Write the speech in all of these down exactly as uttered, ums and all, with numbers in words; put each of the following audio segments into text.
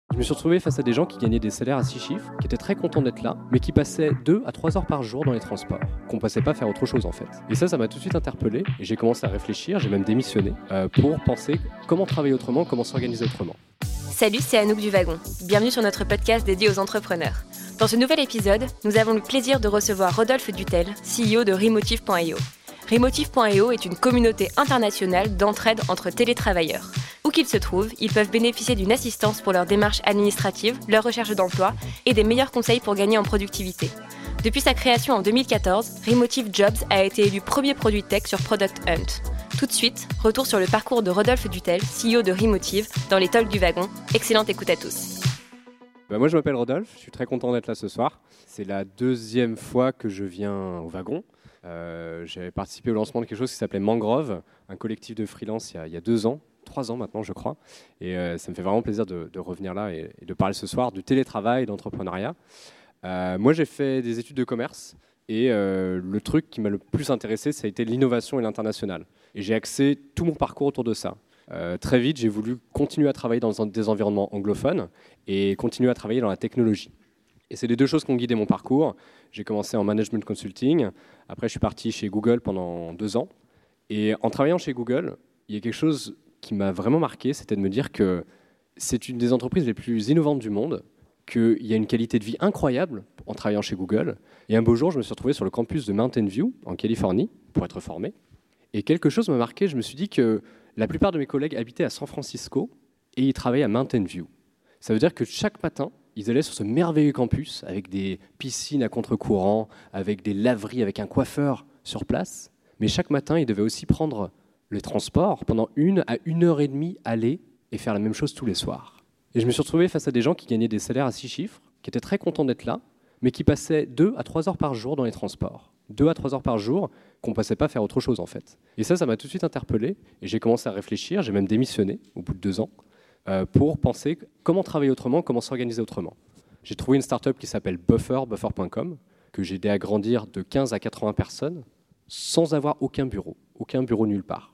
Je me suis retrouvé face à des gens qui gagnaient des salaires à six chiffres, qui étaient très contents d'être là, mais qui passaient deux à trois heures par jour dans les transports, qu'on passait pas faire autre chose en fait. Et ça, ça m'a tout de suite interpellé, et j'ai commencé à réfléchir, j'ai même démissionné, euh, pour penser comment travailler autrement, comment s'organiser autrement. Salut, c'est Anouk du Wagon. Bienvenue sur notre podcast dédié aux entrepreneurs. Dans ce nouvel épisode, nous avons le plaisir de recevoir Rodolphe Dutel, C E O de Remotive point i o. Remotive point i o est une communauté internationale d'entraide entre télétravailleurs. Où qu'ils se trouvent, ils peuvent bénéficier d'une assistance pour leurs démarches administratives, leur recherche d'emploi et des meilleurs conseils pour gagner en productivité. Depuis sa création en deux mille quatorze, Remotive Jobs a été élu premier produit tech sur Product Hunt. Tout de suite, retour sur le parcours de Rodolphe Dutel, C E O de Remotive, dans les talks du wagon. Excellente écoute à tous. Bah moi je m'appelle Rodolphe, je suis très content d'être là ce soir. C'est la deuxième fois que je viens au wagon. Euh, j'avais participé au lancement de quelque chose qui s'appelait Mangrove, un collectif de freelance il y a, il y a deux ans. Trois ans maintenant, je crois. Et euh, ça me fait vraiment plaisir de, de revenir là et, et de parler ce soir du télétravail, d'entrepreneuriat. Euh, moi, j'ai fait des études de commerce et euh, le truc qui m'a le plus intéressé, ça a été l'innovation et l'international. Et j'ai axé tout mon parcours autour de ça. Euh, très vite, j'ai voulu continuer à travailler dans des environnements anglophones et continuer à travailler dans la technologie. Et c'est les deux choses qui ont guidé mon parcours. J'ai commencé en management consulting. Après, je suis parti chez Google pendant deux ans. Et en travaillant chez Google, il y a quelque chose qui m'a vraiment marqué, c'était de me dire que c'est une des entreprises les plus innovantes du monde, qu'il y a une qualité de vie incroyable en travaillant chez Google. Et un beau jour, je me suis retrouvé sur le campus de Mountain View, en Californie, pour être formé. Et quelque chose m'a marqué, je me suis dit que la plupart de mes collègues habitaient à San Francisco et ils travaillaient à Mountain View. Ça veut dire que chaque matin, ils allaient sur ce merveilleux campus avec des piscines à contre-courant, avec des laveries, avec un coiffeur sur place. Mais chaque matin, ils devaient aussi prendre le transport pendant une à une heure et demie aller et faire la même chose tous les soirs. Et je me suis retrouvé face à des gens qui gagnaient des salaires à six chiffres, qui étaient très contents d'être là, mais qui passaient deux à trois heures par jour dans les transports. Deux à trois heures par jour, qu'on ne passait pas faire autre chose en fait. Et ça, ça m'a tout de suite interpellé et j'ai commencé à réfléchir, j'ai même démissionné au bout de deux ans, euh, pour penser comment travailler autrement, comment s'organiser autrement. J'ai trouvé une start-up qui s'appelle Buffer, buffer point com, que j'ai aidé à grandir de quinze à quatre-vingts personnes, sans avoir aucun bureau, aucun bureau nulle part.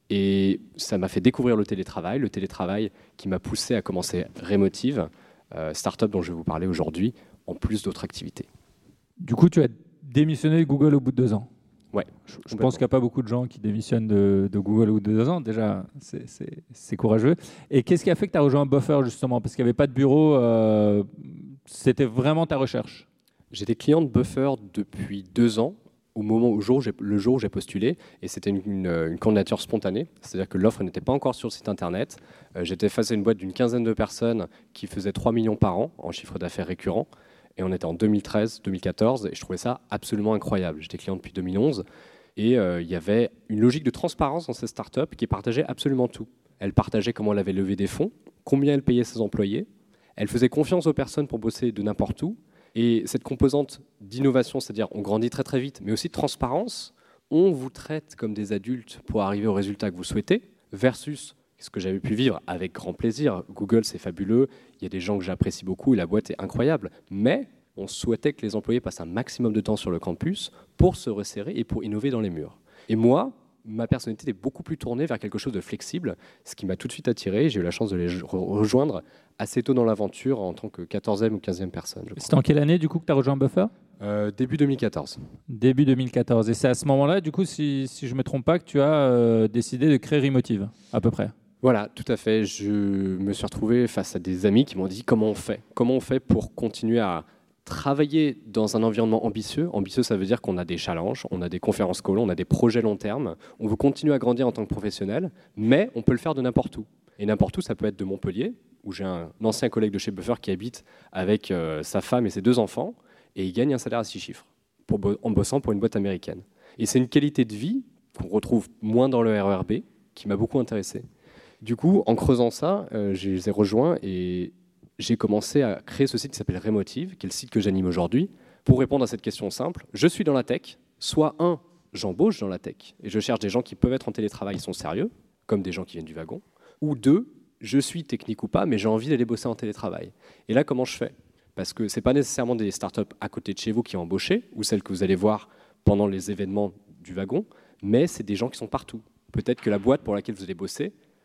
Et ça m'a fait découvrir le télétravail, le télétravail qui m'a poussé à commencer Remotive, euh, start-up dont je vais vous parler aujourd'hui, en plus d'autres activités. Du coup, tu as démissionné de Google au bout de deux ans. Ouais. Je, je pense qu'il n'y a pas beaucoup de gens qui démissionnent de, de Google au bout de deux ans. Déjà, c'est, c'est, c'est courageux. Et qu'est-ce qui a fait que tu as rejoint Buffer, justement? Parce qu'il n'y avait pas de bureau, euh, c'était vraiment ta recherche. J'étais client de Buffer depuis deux ans. Au moment où jour, j'ai, le jour où j'ai postulé, et c'était une, une, une candidature spontanée, c'est-à-dire que l'offre n'était pas encore sur le site internet. Euh, j'étais face à une boîte d'une quinzaine de personnes qui faisait trois millions par an en chiffre d'affaires récurrent, et on était en deux mille treize deux mille quatorze, et je trouvais ça absolument incroyable. J'étais client depuis deux mille onze, et euh, il y avait une logique de transparence dans cette start-up qui partageait absolument tout. Elle partageait comment elle avait levé des fonds, combien elle payait ses employés, elle faisait confiance aux personnes pour bosser de n'importe où. Et cette composante d'innovation, c'est-à-dire on grandit très très vite, mais aussi de transparence, on vous traite comme des adultes pour arriver au résultat que vous souhaitez, versus ce que j'avais pu vivre avec grand plaisir. Google, c'est fabuleux, il y a des gens que j'apprécie beaucoup et la boîte est incroyable, mais on souhaitait que les employés passent un maximum de temps sur le campus pour se resserrer et pour innover dans les murs. Et moi, ma personnalité est beaucoup plus tournée vers quelque chose de flexible, ce qui m'a tout de suite attiré. J'ai eu la chance de les rejoindre assez tôt dans l'aventure en tant que quatorzième ou quinzième personne. C'était en quelle année du coup que tu as rejoint Buffer? euh, Début deux mille quatorze. Début deux mille quatorze. Et c'est à ce moment-là, du coup, si, si je ne me trompe pas, que tu as euh, décidé de créer Remotive, à peu près. Voilà, tout à fait. Je me suis retrouvé face à des amis qui m'ont dit comment on fait Comment on fait pour continuer à travailler dans un environnement ambitieux. Ambitieux, ça veut dire qu'on a des challenges, on a des conférences calls, on a des projets long terme. On veut continuer à grandir en tant que professionnel, mais on peut le faire de n'importe où. Et n'importe où, ça peut être de Montpellier, où j'ai un ancien collègue de chez Buffer qui habite avec euh, sa femme et ses deux enfants, et il gagne un salaire à six chiffres pour, en bossant pour une boîte américaine. Et c'est une qualité de vie qu'on retrouve moins dans le R E R B, qui m'a beaucoup intéressé. Du coup, en creusant ça, euh, je les ai rejoints et j'ai commencé à créer ce site qui s'appelle Remotive, qui est le site que j'anime aujourd'hui, pour répondre à cette question simple. Je suis dans la tech, soit un, j'embauche dans la tech, et je cherche des gens qui peuvent être en télétravail, ils sont sérieux, comme des gens qui viennent du wagon, ou deux, je suis technique ou pas, mais j'ai envie d'aller bosser en télétravail. Et là, comment je fais? Parce que ce n'est pas nécessairement des startups à côté de chez vous qui ont embauché, ou celles que vous allez voir pendant les événements du wagon, mais c'est des gens qui sont partout. Peut-être que la boîte pour laquelle vous allez bosser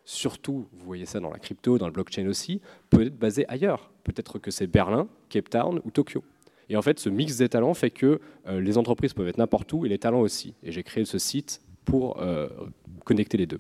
surtout, vous voyez ça dans la crypto, dans le blockchain aussi, peut être basé ailleurs. Peut-être que c'est Berlin, Cape Town ou Tokyo. Et en fait, ce mix des talents fait que euh, les entreprises peuvent être n'importe où et les talents aussi. Et j'ai créé ce site pour euh, connecter les deux.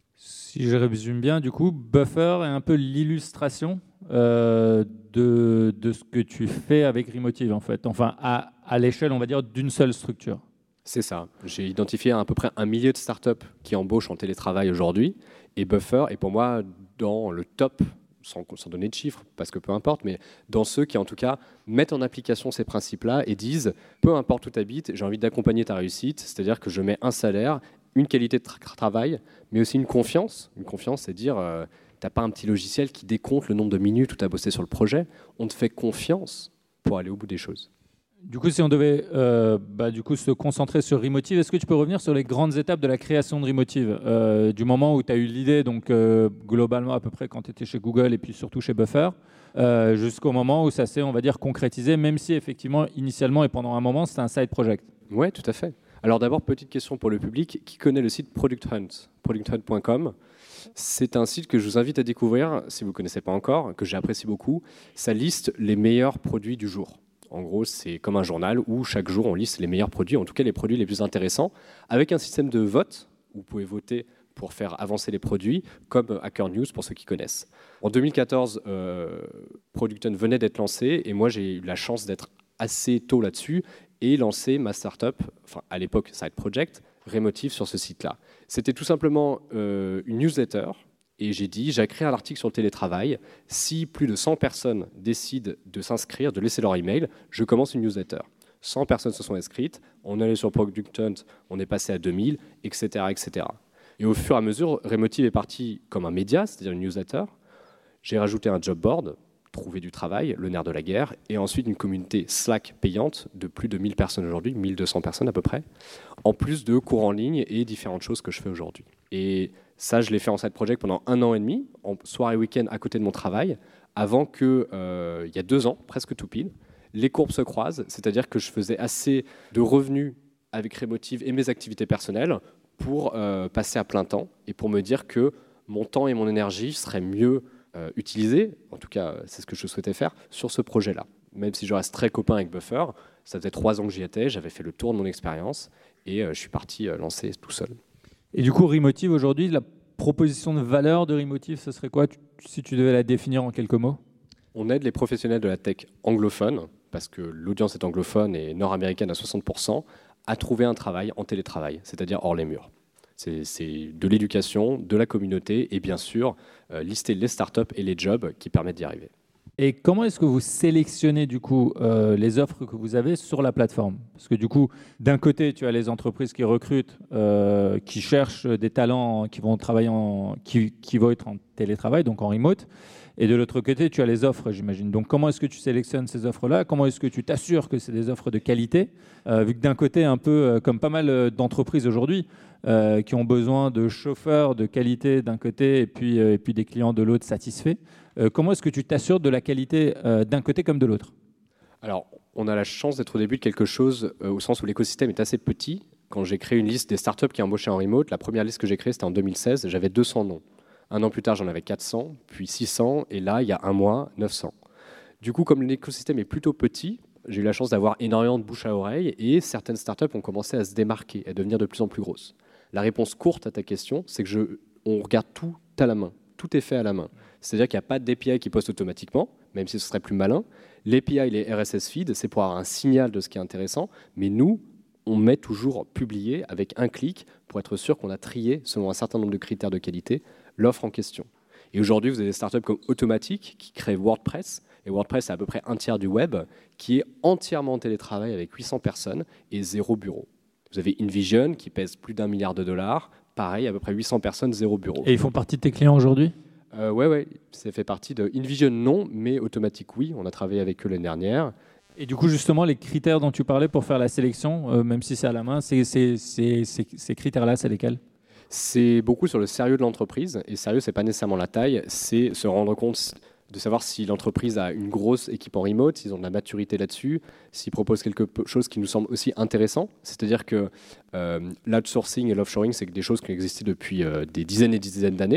Si je résume bien, du coup, Buffer est un peu l'illustration euh, de, de ce que tu fais avec Remotive, en fait. Enfin, à, à l'échelle, on va dire, d'une seule structure. C'est ça. J'ai identifié à peu près un millier de startups qui embauchent en télétravail aujourd'hui. Et Buffer est pour moi dans le top, sans, sans donner de chiffres, parce que peu importe, mais dans ceux qui, en tout cas, mettent en application ces principes-là et disent, peu importe où tu habites, j'ai envie d'accompagner ta réussite. C'est-à-dire que je mets un salaire, une qualité de tra- travail, mais aussi une confiance. Une confiance, c'est dire, euh, tu n'as pas un petit logiciel qui décompte le nombre de minutes où tu as bossé sur le projet. On te fait confiance pour aller au bout des choses. Du coup, si on devait euh, bah, du coup, se concentrer sur Remotive, est-ce que tu peux revenir sur les grandes étapes de la création de Remotive euh, du moment où tu as eu l'idée, donc euh, globalement à peu près quand tu étais chez Google et puis surtout chez Buffer, euh, jusqu'au moment où ça s'est, on va dire, concrétisé, même si effectivement, initialement et pendant un moment, c'était un side project. Oui, tout à fait. Alors d'abord, petite question pour le public. Qui connaît le site Product Hunt, product hunt point com? C'est un site que je vous invite à découvrir, si vous ne le connaissez pas encore, que j'apprécie beaucoup. Ça liste les meilleurs produits du jour. En gros, c'est comme un journal où chaque jour, on liste les meilleurs produits, en tout cas les produits les plus intéressants, avec un système de vote où vous pouvez voter pour faire avancer les produits, comme Hacker News pour ceux qui connaissent. En deux mille quatorze, euh, Product Hunt venait d'être lancé et moi, j'ai eu la chance d'être assez tôt là-dessus et lancer ma startup, enfin à l'époque Side Project, Remotive sur ce site-là. C'était tout simplement euh, une newsletter. Et j'ai dit, j'ai créé un article sur le télétravail. Si plus de cent personnes décident de s'inscrire, de laisser leur email, je commence une newsletter. cent personnes se sont inscrites, on est allé sur Product Hunt, on est passé à deux mille, et cetera, et cetera. Et au fur et à mesure, Remotive est parti comme un média, c'est-à-dire une newsletter. J'ai rajouté un job board, trouver du travail, le nerf de la guerre, et ensuite une communauté Slack payante de plus de mille personnes aujourd'hui, mille deux cents personnes à peu près, en plus de cours en ligne et différentes choses que je fais aujourd'hui. Et ça, je l'ai fait en side project pendant un an et demi, en soir et week-end à côté de mon travail, avant que, euh, il y a deux ans, presque tout pile, les courbes se croisent, c'est-à-dire que je faisais assez de revenus avec Remotive et mes activités personnelles pour euh, passer à plein temps et pour me dire que mon temps et mon énergie seraient mieux euh, utilisés, en tout cas, c'est ce que je souhaitais faire, sur ce projet-là. Même si je reste très copain avec Buffer, ça faisait trois ans que j'y étais, j'avais fait le tour de mon expérience et euh, je suis parti euh, lancer tout seul. Et du coup, Remotive, aujourd'hui, la proposition de valeur de Remotive, ce serait quoi, tu, si tu devais la définir en quelques mots? On aide les professionnels de la tech anglophones, parce que l'audience est anglophone et nord-américaine à soixante pour cent, à trouver un travail en télétravail, c'est-à-dire hors les murs. C'est, c'est de l'éducation, de la communauté et bien sûr, euh, lister les startups et les jobs qui permettent d'y arriver. Et comment est-ce que vous sélectionnez du coup euh, les offres que vous avez sur la plateforme? Parce que du coup, d'un côté, tu as les entreprises qui recrutent, euh, qui cherchent des talents qui vont travailler en, qui, qui vont être en télétravail, donc en remote. Et de l'autre côté, tu as les offres, j'imagine. Donc, comment est-ce que tu sélectionnes ces offres-là? Comment est-ce que tu t'assures que c'est des offres de qualité? euh, Vu que d'un côté, un peu euh, comme pas mal d'entreprises aujourd'hui, euh, qui ont besoin de chauffeurs de qualité d'un côté et puis, euh, et puis des clients de l'autre satisfaits. Euh, comment est-ce que tu t'assures de la qualité euh, d'un côté comme de l'autre? Alors, on a la chance d'être au début de quelque chose euh, au sens où l'écosystème est assez petit. Quand j'ai créé une liste des startups qui embauchaient en remote, la première liste que j'ai créée, c'était en deux mille seize. J'avais deux cents noms. Un an plus tard, j'en avais quatre cents, puis six cents, et là, il y a un mois, neuf cents. Du coup, comme l'écosystème est plutôt petit, j'ai eu la chance d'avoir énormément de bouche à oreille, et certaines startups ont commencé à se démarquer, à devenir de plus en plus grosses. La réponse courte à ta question, c'est que je, on regarde tout à la main. Tout est fait à la main. C'est-à-dire qu'il n'y a pas d'A P I qui poste automatiquement, même si ce serait plus malin. L'A P I, les R S S feed, c'est pour avoir un signal de ce qui est intéressant, mais nous, on met toujours publier avec un clic pour être sûr qu'on a trié, selon un certain nombre de critères de qualité, l'offre en question. Et aujourd'hui, vous avez des startups comme Automatic qui créent WordPress, et WordPress, c'est à peu près un tiers du web, qui est entièrement en télétravail avec huit cents personnes et zéro bureau. Vous avez InVision qui pèse plus d'un milliard de dollars, pareil, à peu près huit cents personnes, zéro bureau. Et ils font partie de tes clients aujourd'hui? euh, Ouais, ouais, ça fait partie de InVision, non, mais Automatic, oui. On a travaillé avec eux l'année dernière. Et du coup, justement, les critères dont tu parlais pour faire la sélection, euh, même si c'est à la main, c'est, c'est, c'est, c'est, ces critères-là, c'est lesquels? C'est beaucoup sur le sérieux de l'entreprise. Et sérieux, ce n'est pas nécessairement la taille, c'est se rendre compte de savoir si l'entreprise a une grosse équipe en remote, s'ils ont de la maturité là-dessus, s'ils proposent quelque chose qui nous semble aussi intéressant. C'est-à-dire que euh, l'outsourcing et l'offshoring, c'est des choses qui ont existé depuis euh, des dizaines et des dizaines d'années.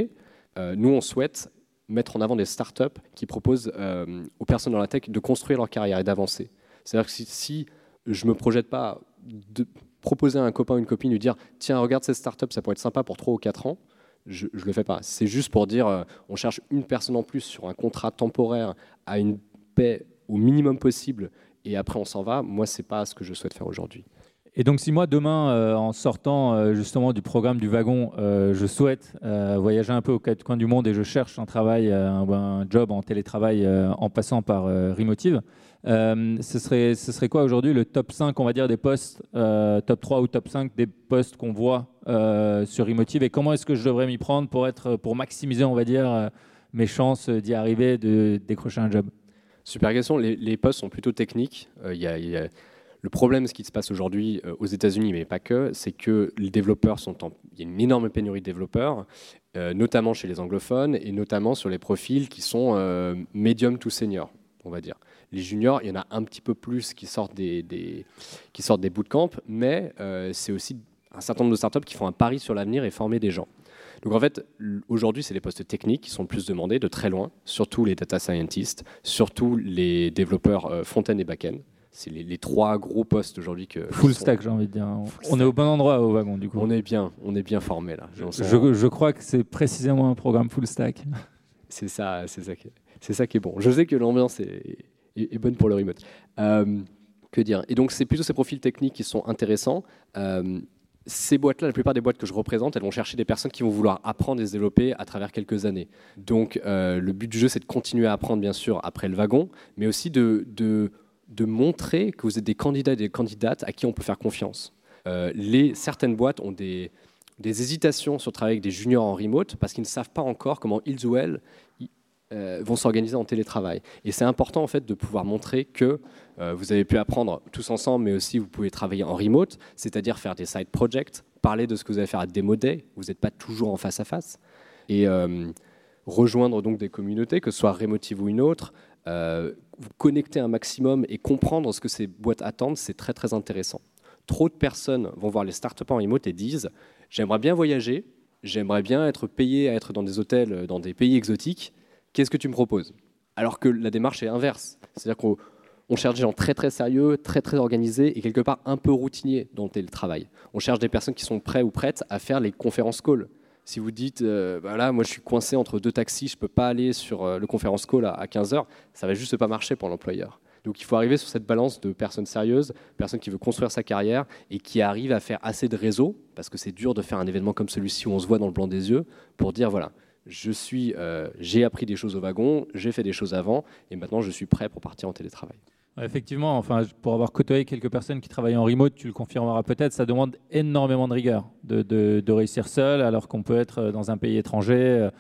Euh, nous, on souhaite mettre en avant des startups qui proposent euh, aux personnes dans la tech de construire leur carrière et d'avancer. C'est-à-dire que si, si je ne me projette pas de proposer à un copain ou une copine, lui dire « Tiens, regarde cette startup, ça pourrait être sympa pour trois ou quatre ans », je ne le fais pas. C'est juste pour dire euh, on cherche une personne en plus sur un contrat temporaire à une paie au minimum possible et après on s'en va. Moi, ce n'est pas ce que je souhaite faire aujourd'hui. Et donc, si moi, demain, euh, en sortant euh, justement du programme du wagon, euh, je souhaite euh, voyager un peu aux quatre coins du monde et je cherche un travail, euh, un, un job en télétravail euh, en passant par euh, Remotive, euh, ce, serait, ce serait quoi aujourd'hui le top cinq, on va dire, des postes, euh, top trois ou top cinq des postes qu'on voit euh, sur Remotive, et comment est-ce que je devrais m'y prendre pour, être, pour maximiser, on va dire, euh, mes chances d'y arriver, de décrocher un job? Super question. Les, les postes sont plutôt techniques. Il euh, y a... Y a... Le problème, ce qui se passe aujourd'hui euh, aux États-Unis, mais pas que, c'est que les développeurs sont en... Il y a une énorme pénurie de développeurs, euh, notamment chez les anglophones et notamment sur les profils qui sont euh, medium to senior, on va dire. Les juniors, il y en a un petit peu plus qui sortent des, des, qui sortent des bootcamps, mais euh, c'est aussi un certain nombre de startups qui font un pari sur l'avenir et former des gens. Donc en fait, aujourd'hui, c'est les postes techniques qui sont le plus demandés, de très loin, surtout les data scientists, surtout les développeurs euh, front-end et back-end. C'est les, les trois gros postes aujourd'hui que... Full stack, j'ai envie de dire. On stack. Est au bon endroit au wagon, du coup. On est bien, on est bien formé là. Je, je, je crois que c'est précisément un programme full stack. C'est ça, c'est ça, qui est, c'est ça qui est bon. Je sais que l'ambiance est, est, est bonne pour le remote. Euh, que dire? Et donc, c'est plutôt ces profils techniques qui sont intéressants. Euh, ces boîtes-là, la plupart des boîtes que je représente, elles vont chercher des personnes qui vont vouloir apprendre et se développer à travers quelques années. Donc, euh, le but du jeu, c'est de continuer à apprendre, bien sûr, après le wagon, mais aussi de... de de montrer que vous êtes des candidats et des candidates à qui on peut faire confiance. Euh, les, certaines boîtes ont des, des hésitations sur travailler avec des juniors en remote parce qu'ils ne savent pas encore comment ils ou elles euh, vont s'organiser en télétravail. Et c'est important en fait de pouvoir montrer que euh, vous avez pu apprendre tous ensemble, mais aussi vous pouvez travailler en remote, c'est-à-dire faire des side projects, parler de ce que vous allez faire à Demo Day, vous n'êtes pas toujours en face à face, et euh, rejoindre donc des communautés, que ce soit Remotive ou une autre. Euh, vous connecter un maximum et comprendre ce que ces boîtes attendent, c'est très très intéressant. Trop de personnes vont voir les startups en remote et disent « j'aimerais bien voyager, j'aimerais bien être payé à être dans des hôtels, dans des pays exotiques, qu'est-ce que tu me proposes ?» Alors que la démarche est inverse. C'est-à-dire qu'on on cherche des gens très très sérieux, très très organisés et quelque part un peu routiniers dans le télétravail. On cherche des personnes qui sont prêtes ou prêtes à faire les conférences calls. Si vous dites, euh, bah là, moi je suis coincé entre deux taxis, je ne peux pas aller sur euh, le conference call à, à quinze heures, ça ne va juste pas marcher pour l'employeur. Donc il faut arriver sur cette balance de personnes sérieuses, personnes qui veulent construire sa carrière et qui arrivent à faire assez de réseau, parce que c'est dur de faire un événement comme celui-ci où on se voit dans le blanc des yeux, pour dire voilà, je suis, euh, j'ai appris des choses au wagon, j'ai fait des choses avant, et maintenant je suis prêt pour partir en télétravail. Effectivement, enfin, pour avoir côtoyé quelques personnes qui travaillent en remote, tu le confirmeras peut-être, ça demande énormément de rigueur de, de, de réussir seul, alors qu'on peut être dans un pays étranger,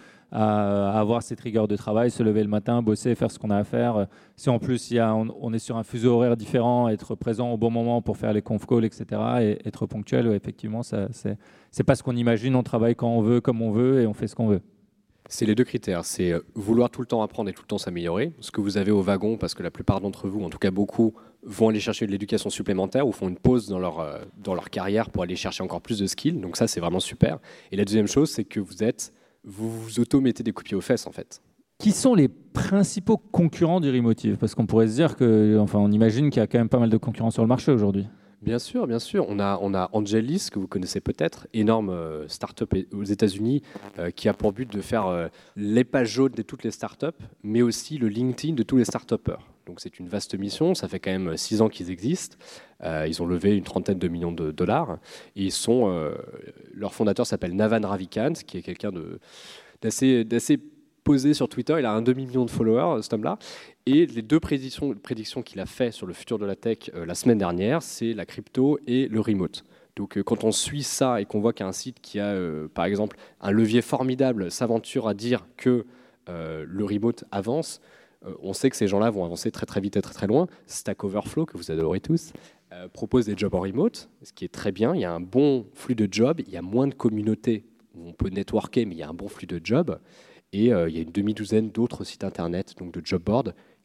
à, à avoir cette rigueur de travail, se lever le matin, bosser, faire ce qu'on a à faire. Si en plus il y a, on, on est sur un fuseau horaire différent, être présent au bon moment pour faire les conf calls, et cetera, et être ponctuel, ouais, effectivement, ça, c'est, c'est pas ce qu'on imagine, on travaille quand on veut, comme on veut, et on fait ce qu'on veut. C'est les deux critères, c'est vouloir tout le temps apprendre et tout le temps s'améliorer, ce que vous avez au wagon, parce que la plupart d'entre vous, en tout cas beaucoup, vont aller chercher de l'éducation supplémentaire ou font une pause dans leur, euh, dans leur carrière pour aller chercher encore plus de skills, donc ça c'est vraiment super. Et la deuxième chose, c'est que vous êtes, vous vous auto-mettez des coups de pied aux fesses en fait. Qui sont les principaux concurrents du Remotive? Parce qu'on pourrait se dire que, enfin on imagine qu'il y a quand même pas mal de concurrents sur le marché aujourd'hui. Bien sûr, bien sûr. On a, on a Angelis, que vous connaissez peut-être, énorme euh, start-up aux États-Unis, euh, qui a pour but de faire euh, les pages jaunes de toutes les start-up, mais aussi le LinkedIn de tous les start-upers. Donc c'est une vaste mission, ça fait quand même six ans qu'ils existent. Euh, ils ont levé une trentaine de millions de dollars. Et ils sont, euh, leur fondateur s'appelle Navan Ravikant, qui est quelqu'un de, d'assez, d'assez posé sur Twitter. Il a un demi-million de followers, cet homme-là. Et les deux prédictions, prédictions qu'il a fait sur le futur de la tech euh, la semaine dernière, c'est la crypto et le remote. Donc euh, quand on suit ça et qu'on voit qu'il y a un site qui a, euh, par exemple, un levier formidable, s'aventure à dire que euh, le remote avance, euh, on sait que ces gens-là vont avancer très très vite et très très loin. Stack Overflow, que vous adorez tous, euh, propose des jobs en remote, ce qui est très bien. Il y a un bon flux de jobs, il y a moins de communautés où on peut networker, mais il y a un bon flux de jobs. Et euh, il y a une demi-douzaine d'autres sites internet, donc de job boards,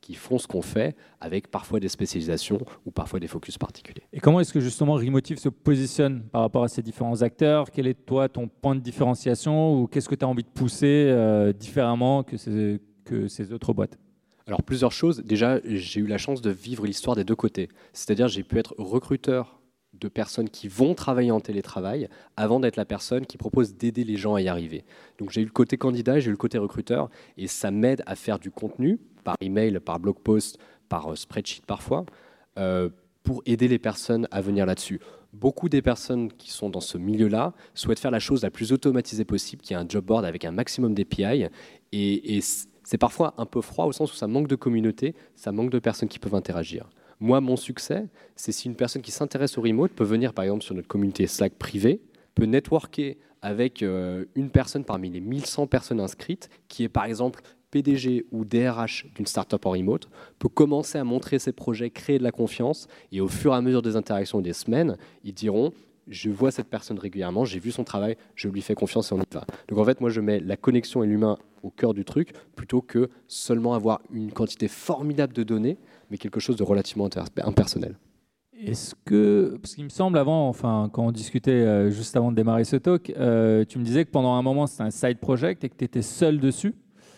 qui font ce qu'on fait, avec parfois des spécialisations ou parfois des focus particuliers. Et comment est-ce que justement Remotive se positionne par rapport à ces différents acteurs? Quel est toi ton point de différenciation ou qu'est-ce que tu as envie de pousser euh, différemment que ces, que ces autres boîtes? Alors plusieurs choses. Déjà, j'ai eu la chance de vivre l'histoire des deux côtés. C'est-à-dire j'ai pu être recruteur de personnes qui vont travailler en télétravail avant d'être la personne qui propose d'aider les gens à y arriver. Donc j'ai eu le côté candidat, j'ai eu le côté recruteur et ça m'aide à faire du contenu par email, par blog post, par spreadsheet parfois, euh, pour aider les personnes à venir là-dessus. Beaucoup des personnes qui sont dans ce milieu-là souhaitent faire la chose la plus automatisée possible, qui est un job board avec un maximum d'A P I et, et c'est parfois un peu froid au sens où ça manque de communauté, ça manque de personnes qui peuvent interagir. Moi, mon succès, c'est si une personne qui s'intéresse au remote peut venir, par exemple, sur notre communauté Slack privée, peut networker avec euh, une personne parmi les mille cent personnes inscrites, qui est, par exemple, P D G ou D R H d'une startup en remote, peut commencer à montrer ses projets, créer de la confiance, et au fur et à mesure des interactions et des semaines, ils diront « je vois cette personne régulièrement, j'ai vu son travail, je lui fais confiance et on y va ». Donc en fait, moi, je mets la connexion et l'humain au cœur du truc, plutôt que seulement avoir une quantité formidable de données, mais quelque chose de relativement impersonnel. Est-ce que, parce qu'il me semble avant, enfin, quand on discutait euh, juste avant de démarrer ce talk, euh, tu me disais que pendant un moment c'était un side project et que tu étais seul dessus.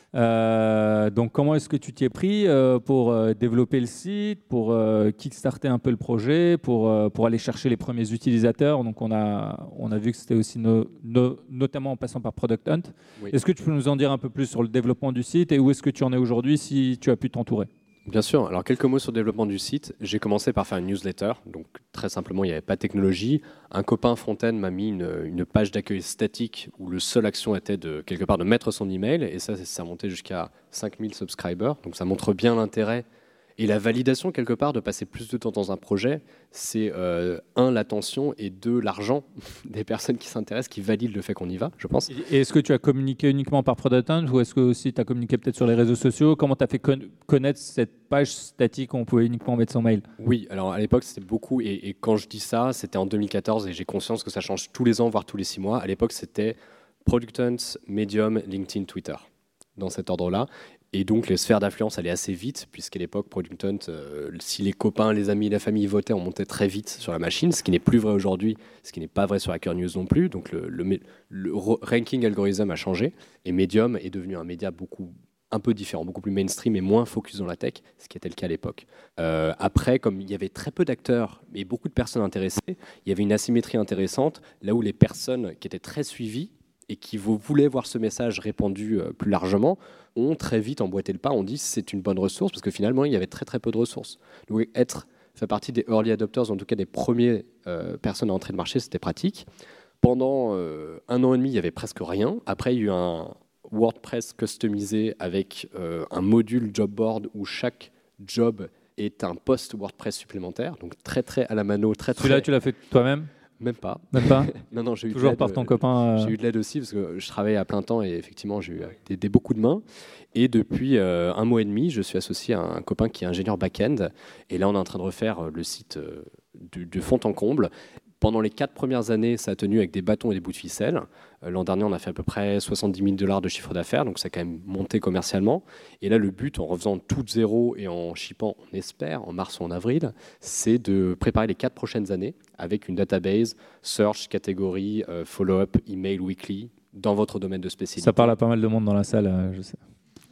Euh, donc comment est-ce que tu t'y es pris euh, pour euh, développer le site, pour euh, kickstarter un peu le projet, pour, euh, pour aller chercher les premiers utilisateurs? Donc on a, on a vu que c'était aussi no, no, notamment en passant par Product Hunt. Oui. Est-ce que tu peux nous en dire un peu plus sur le développement du site et où est-ce que tu en es aujourd'hui si tu as pu t'entourer? Bien sûr. Alors, quelques mots sur le développement du site. J'ai commencé par faire une newsletter. Donc, très simplement, il n'y avait pas de technologie. Un copain Fontaine m'a mis une, une page d'accueil statique où le seule action était de, quelque part, de mettre son email. Et ça, ça montait jusqu'à cinq mille subscribers. Donc, ça montre bien l'intérêt. Et la validation, quelque part, de passer plus de temps dans un projet, c'est, euh, un, l'attention et deux, l'argent des personnes qui s'intéressent, qui valident le fait qu'on y va, je pense. Et est-ce que tu as communiqué uniquement par Product Hunt ou est-ce que aussi tu as communiqué peut-être sur les réseaux sociaux? Comment tu as fait con- connaître cette page statique où on pouvait uniquement mettre son mail? Oui, alors à l'époque, c'était beaucoup. Et, et quand je dis ça, c'était en deux mille quatorze et j'ai conscience que ça change tous les ans, voire tous les six mois. À l'époque, c'était Product Hunt, Medium, LinkedIn, Twitter, dans cet ordre-là. Et donc, les sphères d'influence allaient assez vite, puisqu'à l'époque, Product Hunt, euh, si les copains, les amis, la famille votaient, on montait très vite sur la machine, ce qui n'est plus vrai aujourd'hui, ce qui n'est pas vrai sur Hacker News non plus. Donc, le, le, le ranking algorithme a changé, et Medium est devenu un média beaucoup, un peu différent, beaucoup plus mainstream et moins focus dans la tech, ce qui était le cas à l'époque. Euh, après, comme il y avait très peu d'acteurs et beaucoup de personnes intéressées, il y avait une asymétrie intéressante, là où les personnes qui étaient très suivies, et qui voulaient voir ce message répandu euh, plus largement, ont très vite emboîté le pas, on dit c'est une bonne ressource, parce que finalement, il y avait très très peu de ressources. Donc être, faire partie des early adopters, en tout cas des premières euh, personnes à entrer le marché, c'était pratique. Pendant euh, un an et demi, il n'y avait presque rien. Après, il y a eu un WordPress customisé avec euh, un module job board où chaque job est un post WordPress supplémentaire, donc très très à la mano. Très, très... Celui-là, tu l'as fait toi-même? Même pas. Même pas. Non, non, j'ai eu toujours de par ton copain. Euh... J'ai eu de l'aide aussi parce que je travaillais à plein temps et effectivement j'ai eu des, des beaucoup de mains. Et depuis euh, un mois et demi, je suis associé à un copain qui est ingénieur back-end. Et là, on est en train de refaire le site euh, de, de fond en comble. Pendant les quatre premières années, ça a tenu avec des bâtons et des bouts de ficelle. Euh, l'an dernier, on a fait à peu près soixante-dix mille dollars de chiffre d'affaires, donc ça a quand même monté commercialement. Et là, le but, en refaisant tout de zéro et en shippant, on espère, en mars ou en avril, c'est de préparer les quatre prochaines années avec une database, search, catégorie, euh, follow-up, email, weekly, dans votre domaine de spécialité. Ça parle à pas mal de monde dans la salle, euh, je sais.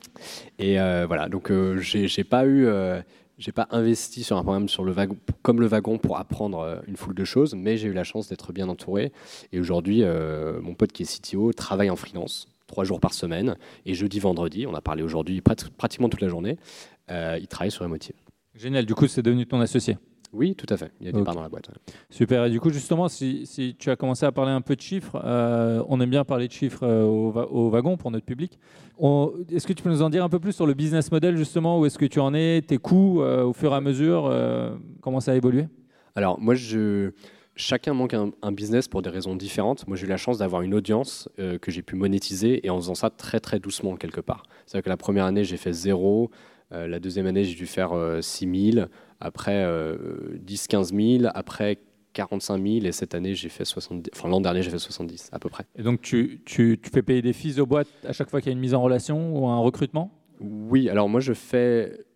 Et euh, voilà, donc euh, j'ai, j'ai pas eu... Euh, J'ai pas investi sur un programme sur le wagon, comme le wagon pour apprendre une foule de choses, mais j'ai eu la chance d'être bien entouré. Et aujourd'hui, euh, mon pote qui est C T O travaille en freelance, trois jours par semaine. Et jeudi, vendredi, on a parlé aujourd'hui prat- pratiquement toute la journée, euh, il travaille sur Remotive. Génial, du coup, c'est devenu ton associé? Oui, tout à fait. Il y a des okay. parts dans la boîte. Ouais. Super. Et du coup, justement, si, si tu as commencé à parler un peu de chiffres, euh, on aime bien parler de chiffres euh, au, va- au wagon pour notre public. On, est-ce que tu peux nous en dire un peu plus sur le business model, justement? Où est-ce que tu en es? Tes coûts, euh, au fur et à mesure, euh, comment ça a évolué? Alors, moi, je... chacun manque un, un business pour des raisons différentes. Moi, j'ai eu la chance d'avoir une audience euh, que j'ai pu monétiser et en faisant ça très, très doucement, quelque part. C'est-à-dire que la première année, j'ai fait zéro. Euh, la deuxième année, j'ai dû faire euh, six mille. Après, euh, dix à quinze mille. Après, quarante-cinq mille. Et cette année, j'ai fait soixante-dix. Enfin, l'an dernier, j'ai fait soixante-dix, à peu près. Et donc, tu, tu, tu fais payer des fees aux boîtes à chaque fois qu'il y a une mise en relation ou un recrutement? Oui. Alors, moi, je fais...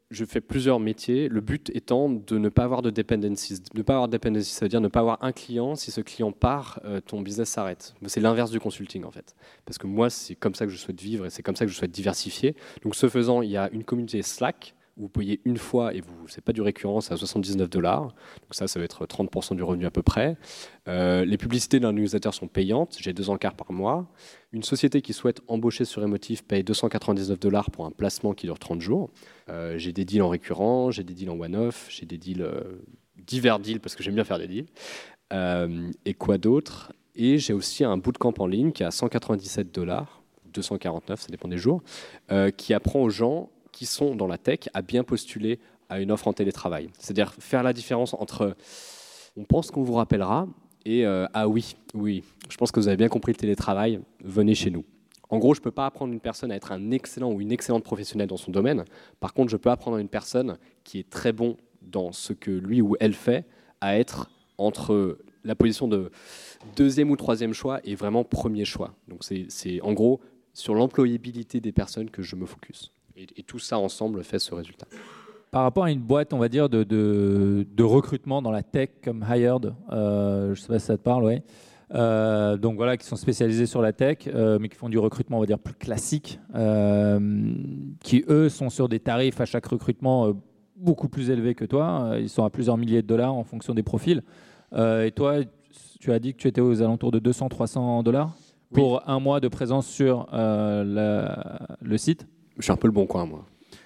je fais plusieurs métiers, le but étant de ne pas avoir de dependencies. Ne pas avoir de dependencies, ça veut dire ne pas avoir un client. Si ce client part, euh, ton business s'arrête. C'est l'inverse du consulting en fait. Parce que moi, c'est comme ça que je souhaite vivre et c'est comme ça que je souhaite diversifier. Donc ce faisant, il y a une communauté Slack où vous payez une fois et vous, c'est pas du récurrent, c'est à soixante-dix-neuf dollars. Donc ça, ça va être trente pour cent du revenu à peu près. Euh, les publicités dans le newsletter sont payantes. J'ai deux encarts par mois. Une société qui souhaite embaucher sur Emotive paye deux cent quatre-vingt-dix-neuf dollars pour un placement qui dure trente jours. Euh, j'ai des deals en récurrent, j'ai des deals en one-off, j'ai des deals, euh, divers deals parce que j'aime bien faire des deals. Euh, et quoi d'autre? Et j'ai aussi un bootcamp en ligne qui est à cent quatre-vingt-dix-sept dollars, deux cent quarante-neuf, ça dépend des jours, euh, qui apprend aux gens qui sont dans la tech à bien postuler à une offre en télétravail. C'est-à-dire faire la différence entre on pense qu'on vous rappellera et euh, ah oui, oui, je pense que vous avez bien compris le télétravail, venez chez nous. En gros, je ne peux pas apprendre une personne à être un excellent ou une excellente professionnelle dans son domaine. Par contre, je peux apprendre à une personne qui est très bon dans ce que lui ou elle fait à être entre la position de deuxième ou troisième choix et vraiment premier choix. Donc c'est, c'est en gros sur l'employabilité des personnes que je me focus. Et, et tout ça ensemble fait ce résultat. Par rapport à une boîte, on va dire, de, de, de recrutement dans la tech comme Hired, euh, je ne sais pas si ça te parle, ouais. Euh, donc voilà, qui sont spécialisés sur la tech, euh, mais qui font du recrutement, on va dire, plus classique, euh, qui eux sont sur des tarifs à chaque recrutement euh, beaucoup plus élevés que toi. Ils sont à plusieurs milliers de dollars en fonction des profils. Euh, et toi, tu as dit que tu étais aux alentours de deux cents à trois cents dollars pour oui. un mois de présence sur euh, la, le site. Je suis un peu le bon coin, moi.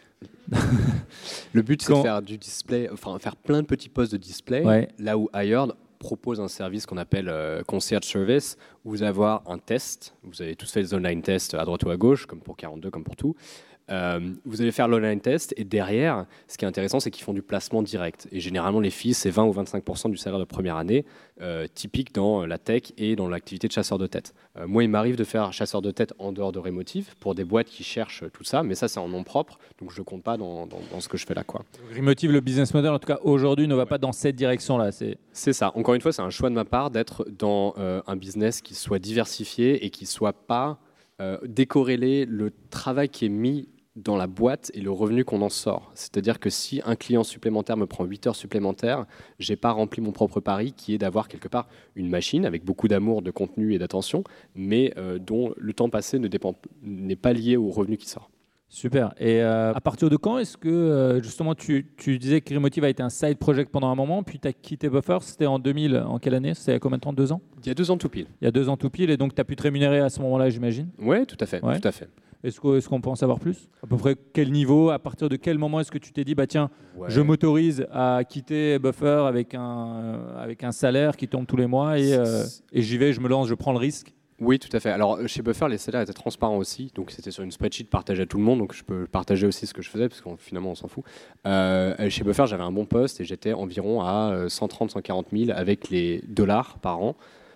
Le but, c'est Quand... de faire du display, enfin faire plein de petits postes de display, ouais. Là où Hired propose un service qu'on appelle euh, concierge service, où vous allez avoir un test. Vous avez tous fait les online tests à droite ou à gauche, comme pour quarante-deux, comme pour tout. Euh, vous allez faire l'online test et derrière, ce qui est intéressant, c'est qu'ils font du placement direct. Et généralement, les filles, c'est vingt ou vingt-cinq pour cent du salaire de première année, euh, typique dans la tech et dans l'activité de chasseur de tête. Euh, moi, il m'arrive de faire chasseur de tête en dehors de Remotive pour des boîtes qui cherchent tout ça, mais ça, c'est en nom propre, donc je ne compte pas dans, dans, dans ce que je fais là, quoi. Remotive, le business model, en tout cas aujourd'hui, ne va ouais. pas dans cette direction-là. C'est... c'est ça. Encore une fois, c'est un choix de ma part d'être dans euh, un business qui soit diversifié et qui ne soit pas euh, décorrélé le travail qui est mis dans la boîte et le revenu qu'on en sort. C'est-à-dire que si un client supplémentaire me prend huit heures supplémentaires, je n'ai pas rempli mon propre pari qui est d'avoir quelque part une machine avec beaucoup d'amour, de contenu et d'attention, mais euh, dont le temps passé ne dépend, n'est pas lié au revenu qui sort. Super. Et euh, à partir de quand est-ce que, euh, justement, tu, tu disais que Remotive a été un side project pendant un moment, puis tu as quitté Buffer, c'était en deux mille, en quelle année? C'était il y a combien de temps? Deux ans? Il y a deux ans tout pile. Il y a deux ans tout pile, et donc tu as pu te rémunérer à ce moment-là, j'imagine? Oui, tout à fait. Ouais. Tout à fait. Est-ce, que, est-ce qu'on peut en savoir plus? À peu près quel niveau? À partir de quel moment est-ce que tu t'es dit, bah tiens, ouais. je m'autorise à quitter Buffer avec un, euh, avec un salaire qui tombe tous les mois et, euh, et j'y vais, je me lance, je prends le risque? Oui, tout à fait. Alors, chez Buffer, les salaires étaient transparents aussi. Donc, c'était sur une spreadsheet partagée à tout le monde. Donc, je peux partager aussi ce que je faisais, parce que finalement, on s'en fout. Euh, chez Buffer, j'avais un bon poste et j'étais environ à cent trente à cent quarante mille avec les dollars par an,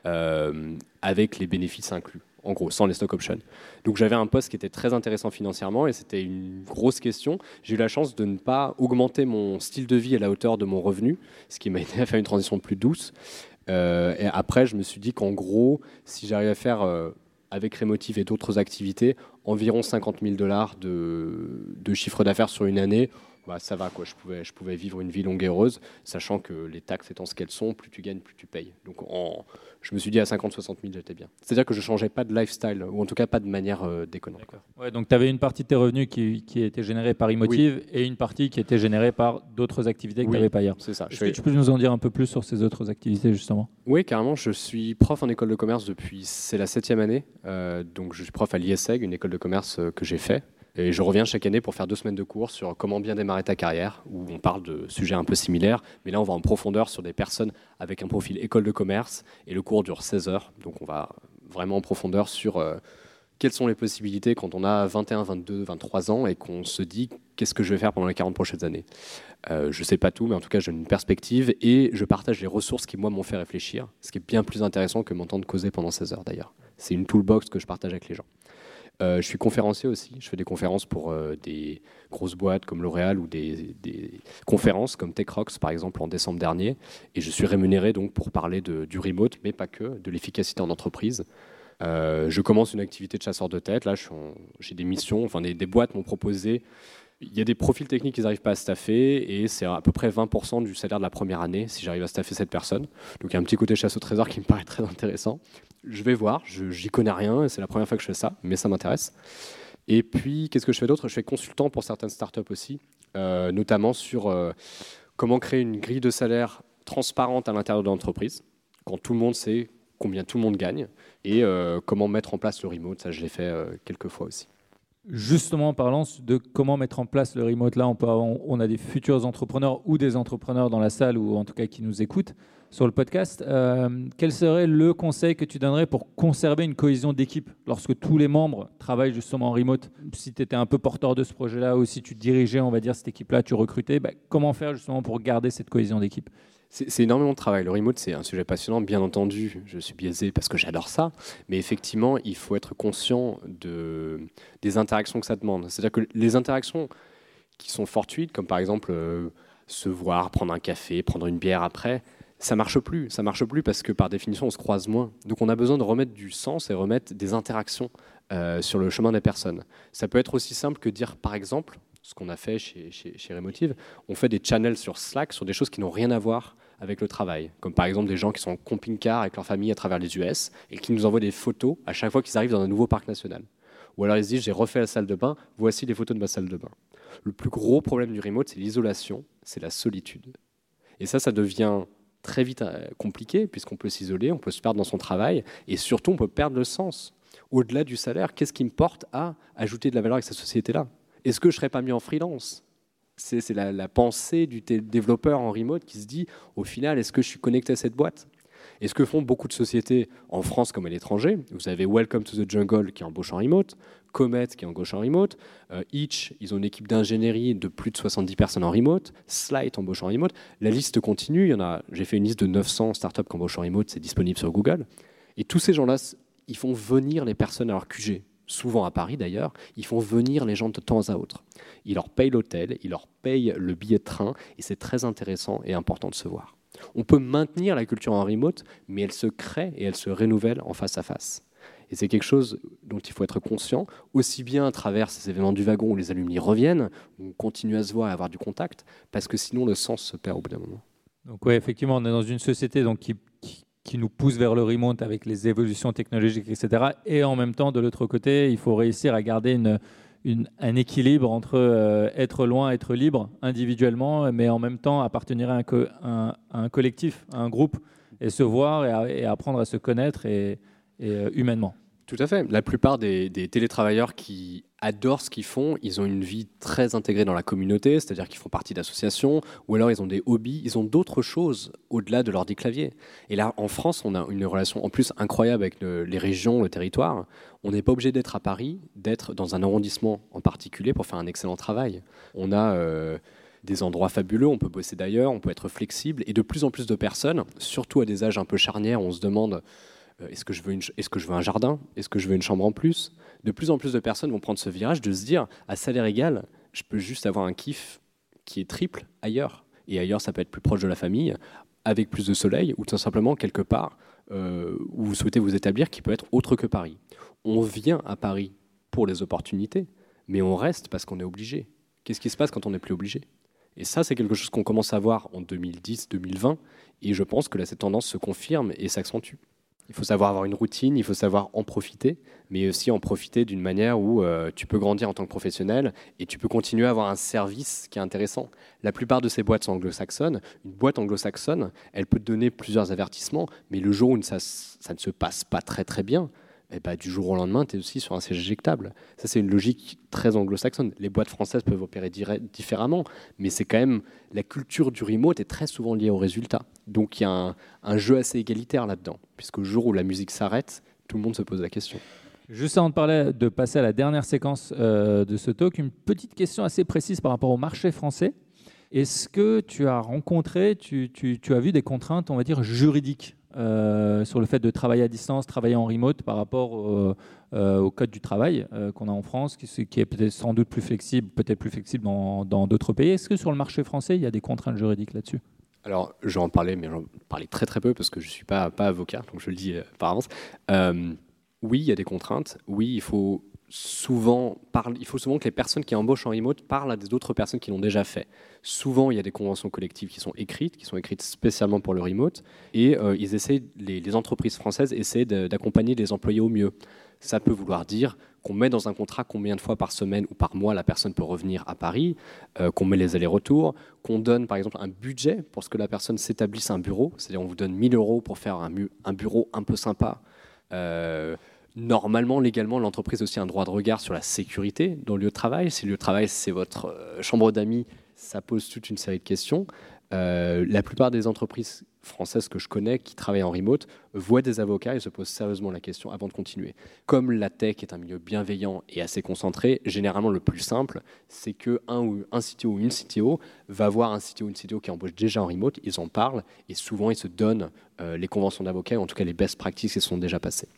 euh, avec les bénéfices inclus. En gros, sans les stock options. Donc j'avais un poste qui était très intéressant financièrement et c'était une grosse question. J'ai eu la chance de ne pas augmenter mon style de vie à la hauteur de mon revenu, ce qui m'a aidé à faire une transition plus douce. Euh, et après, je me suis dit qu'en gros, si j'arrivais à faire, euh, avec Remotive et d'autres activités, environ cinquante mille dollars de, de chiffre d'affaires sur une année, bah, ça va, quoi. Je pouvais, je pouvais vivre une vie longue et heureuse, sachant que les taxes étant ce qu'elles sont, plus tu gagnes, plus tu payes. Donc en, je me suis dit à cinquante à soixante mille, j'étais bien. C'est-à-dire que je ne changeais pas de lifestyle, ou en tout cas pas de manière euh, déconnante. Ouais, donc tu avais une partie de tes revenus qui, qui était générée par Emotive, oui. et une partie qui était générée par d'autres activités que oui, tu n'avais pas hier. C'est ça. Est-ce fais... que tu peux nous en dire un peu plus sur ces autres activités, justement? Oui, carrément. Je suis prof en école de commerce depuis, c'est la septième année. Euh, donc je suis prof à l'I S E G, une école de commerce euh, que j'ai fait. Et je reviens chaque année pour faire deux semaines de cours sur comment bien démarrer ta carrière, où on parle de sujets un peu similaires, mais là on va en profondeur sur des personnes avec un profil école de commerce, et le cours dure seize heures, donc on va vraiment en profondeur sur euh, quelles sont les possibilités quand on a vingt et un, vingt-deux, vingt-trois ans et qu'on se dit qu'est-ce que je vais faire pendant les quarante prochaines années. Euh, je ne sais pas tout, mais en tout cas j'ai une perspective et je partage les ressources qui moi m'ont fait réfléchir, ce qui est bien plus intéressant que m'entendre causer pendant seize heures d'ailleurs. C'est une toolbox que je partage avec les gens. Euh, je suis conférencier aussi, je fais des conférences pour euh, des grosses boîtes comme L'Oréal ou des, des conférences comme TechRox par exemple en décembre dernier, et je suis rémunéré donc pour parler de, du remote, mais pas que, de l'efficacité en entreprise. Euh, je commence une activité de chasseur de tête, là je suis en, j'ai des missions, enfin des, des boîtes m'ont proposé Il y a des profils techniques qu'ils n'arrivent pas à staffer et c'est à peu près vingt pour cent du salaire de la première année si j'arrive à staffer cette personne. Donc il y a un petit côté chasse au trésor qui me paraît très intéressant. Je vais voir, je, j'y connais rien et c'est la première fois que je fais ça, mais ça m'intéresse. Et puis, qu'est-ce que je fais d'autre ? Je fais consultant pour certaines startups aussi, euh, notamment sur euh, comment créer une grille de salaire transparente à l'intérieur de l'entreprise, quand tout le monde sait combien tout le monde gagne, et euh, comment mettre en place le remote. Ça, je l'ai fait euh, quelques fois aussi. Justement, en parlant de comment mettre en place le remote, là, on, peut, on, on a des futurs entrepreneurs ou des entrepreneurs dans la salle ou en tout cas qui nous écoutent sur le podcast. Euh, quel serait le conseil que tu donnerais pour conserver une cohésion d'équipe lorsque tous les membres travaillent justement en remote ? Si tu étais un peu porteur de ce projet-là ou si tu dirigeais, on va dire, cette équipe-là, tu recrutais, bah, comment faire justement pour garder cette cohésion d'équipe ? C'est, c'est énormément de travail. Le remote, c'est un sujet passionnant, bien entendu. Je suis biaisé parce que j'adore ça. Mais effectivement, il faut être conscient de, des interactions que ça demande. C'est-à-dire que les interactions qui sont fortuites, comme par exemple euh, se voir, prendre un café, prendre une bière après, ça marche plus. Ça marche plus parce que par définition, on se croise moins. Donc on a besoin de remettre du sens et remettre des interactions euh, sur le chemin des personnes. Ça peut être aussi simple que dire, par exemple, ce qu'on a fait chez, chez, chez Remotive, on fait des channels sur Slack sur des choses qui n'ont rien à voir avec le travail, comme par exemple des gens qui sont en camping-car avec leur famille à travers les U S et qui nous envoient des photos à chaque fois qu'ils arrivent dans un nouveau parc national. Ou alors ils se disent, j'ai refait la salle de bain, voici les photos de ma salle de bain. Le plus gros problème du remote, c'est l'isolation, c'est la solitude. Et ça, ça devient très vite compliqué puisqu'on peut s'isoler, on peut se perdre dans son travail et surtout on peut perdre le sens. Au-delà du salaire, qu'est-ce qui me porte à ajouter de la valeur avec cette société-là ? Est-ce que je ne serais pas mieux en freelance ? C'est, c'est la, la pensée du t- développeur en remote qui se dit, au final, est-ce que je suis connecté à cette boîte ? Et ce que font beaucoup de sociétés en France comme à l'étranger, vous avez Welcome to the Jungle qui embauche en remote, Comet qui embauche en remote, euh, Itch, ils ont une équipe d'ingénierie de plus de soixante-dix personnes en remote, Slide embauche en remote, la liste continue, il y en a, j'ai fait une liste de neuf cents startups qui embauchent en remote, c'est disponible sur Google, et tous ces gens-là, ils font venir les personnes à leur Q G. Souvent à Paris d'ailleurs, ils font venir les gens de temps à autre. Ils leur payent l'hôtel, ils leur payent le billet de train, et c'est très intéressant et important de se voir. On peut maintenir la culture en remote, mais elle se crée et elle se renouvelle en face à face. Et c'est quelque chose dont il faut être conscient, aussi bien à travers ces événements du wagon où les alumni reviennent, où on continue à se voir et à avoir du contact, parce que sinon le sens se perd au bout d'un moment. Donc oui, effectivement, on est dans une société donc, qui, qui, qui nous pousse vers le remote avec les évolutions technologiques, et cetera. Et en même temps, de l'autre côté, il faut réussir à garder une, une, un équilibre entre euh, être loin, être libre individuellement, mais en même temps appartenir à un, co- un, à un collectif, à un groupe, et se voir et, à, et apprendre à se connaître et, et euh, humainement. Tout à fait. La plupart des, des télétravailleurs qui adorent ce qu'ils font, ils ont une vie très intégrée dans la communauté, c'est-à-dire qu'ils font partie d'associations, ou alors ils ont des hobbies, ils ont d'autres choses au-delà de l'ordi clavier. Et là, en France, on a une relation en plus incroyable avec le, les régions, le territoire. On n'est pas obligé d'être à Paris, d'être dans un arrondissement en particulier pour faire un excellent travail. On a euh, des endroits fabuleux, on peut bosser d'ailleurs, on peut être flexible, et de plus en plus de personnes, surtout à des âges un peu charnières, on se demande... Est-ce que, je veux une, est-ce que je veux un jardin ? Est-ce que je veux une chambre en plus ? De plus en plus de personnes vont prendre ce virage de se dire, à salaire égal, je peux juste avoir un kiff qui est triple ailleurs. Et ailleurs, ça peut être plus proche de la famille, avec plus de soleil, ou tout simplement quelque part euh, où vous souhaitez vous établir, qui peut être autre que Paris. On vient à Paris pour les opportunités, mais on reste parce qu'on est obligé. Qu'est-ce qui se passe quand on n'est plus obligé ? Et ça, c'est quelque chose qu'on commence à voir en deux mille dix deux mille vingt, et je pense que là, cette tendance se confirme et s'accentue. Il faut savoir avoir une routine, il faut savoir en profiter, mais aussi en profiter d'une manière où euh, tu peux grandir en tant que professionnel et tu peux continuer à avoir un service qui est intéressant. La plupart de ces boîtes sont anglo-saxonnes. Une boîte anglo-saxonne, elle peut te donner plusieurs avertissements, mais le jour où ça, ça ne se passe pas très très bien, eh ben, du jour au lendemain, tu es aussi sur un siège éjectable. Ça, c'est une logique très anglo-saxonne. Les boîtes françaises peuvent opérer dire- différemment, mais c'est quand même... La culture du remote est très souvent liée au résultat. Donc, il y a un, un jeu assez égalitaire là-dedans, puisqu'au jour où la musique s'arrête, tout le monde se pose la question. Juste avant de, parler, de passer à la dernière séquence euh, de ce talk, une petite question assez précise par rapport au marché français. Est-ce que tu as rencontré, tu, tu, tu as vu des contraintes, on va dire, juridiques Euh, sur le fait de travailler à distance, travailler en remote par rapport au, euh, au code du travail euh, qu'on a en France, qui, qui est peut-être sans doute plus flexible, peut-être plus flexible dans, dans d'autres pays. Est-ce que sur le marché français, il y a des contraintes juridiques là-dessus ? Alors, je vais en parler, mais j'en parlais très très peu parce que je ne suis pas, pas avocat, donc je le dis euh, par avance. Euh, oui, il y a des contraintes. Oui, il faut souvent parle, il faut souvent que les personnes qui embauchent en remote parlent à d'autres personnes qui l'ont déjà fait. Souvent, il y a des conventions collectives qui sont écrites, qui sont écrites spécialement pour le remote, et euh, ils essaient, les, les entreprises françaises essaient de, d'accompagner les employés au mieux. Ça peut vouloir dire qu'on met dans un contrat combien de fois par semaine ou par mois la personne peut revenir à Paris, euh, qu'on met les allers-retours, qu'on donne par exemple un budget pour ce que la personne s'établisse un bureau, c'est-à-dire on vous donne mille euros pour faire un, mu- un bureau un peu sympa. Euh, Normalement, légalement, l'entreprise a aussi un droit de regard sur la sécurité dans le lieu de travail. Si le lieu de travail, c'est votre euh, chambre d'amis, ça pose toute une série de questions. Euh, la plupart des entreprises françaises que je connais qui travaillent en remote voient des avocats et se posent sérieusement la question avant de continuer. Comme la tech est un milieu bienveillant et assez concentré, généralement le plus simple, c'est qu'un ou un C T O ou une C T O va voir un C T O ou une C T O qui embauche déjà en remote, ils en parlent et souvent ils se donnent euh, les conventions d'avocats, ou en tout cas les best practices qui sont déjà passées.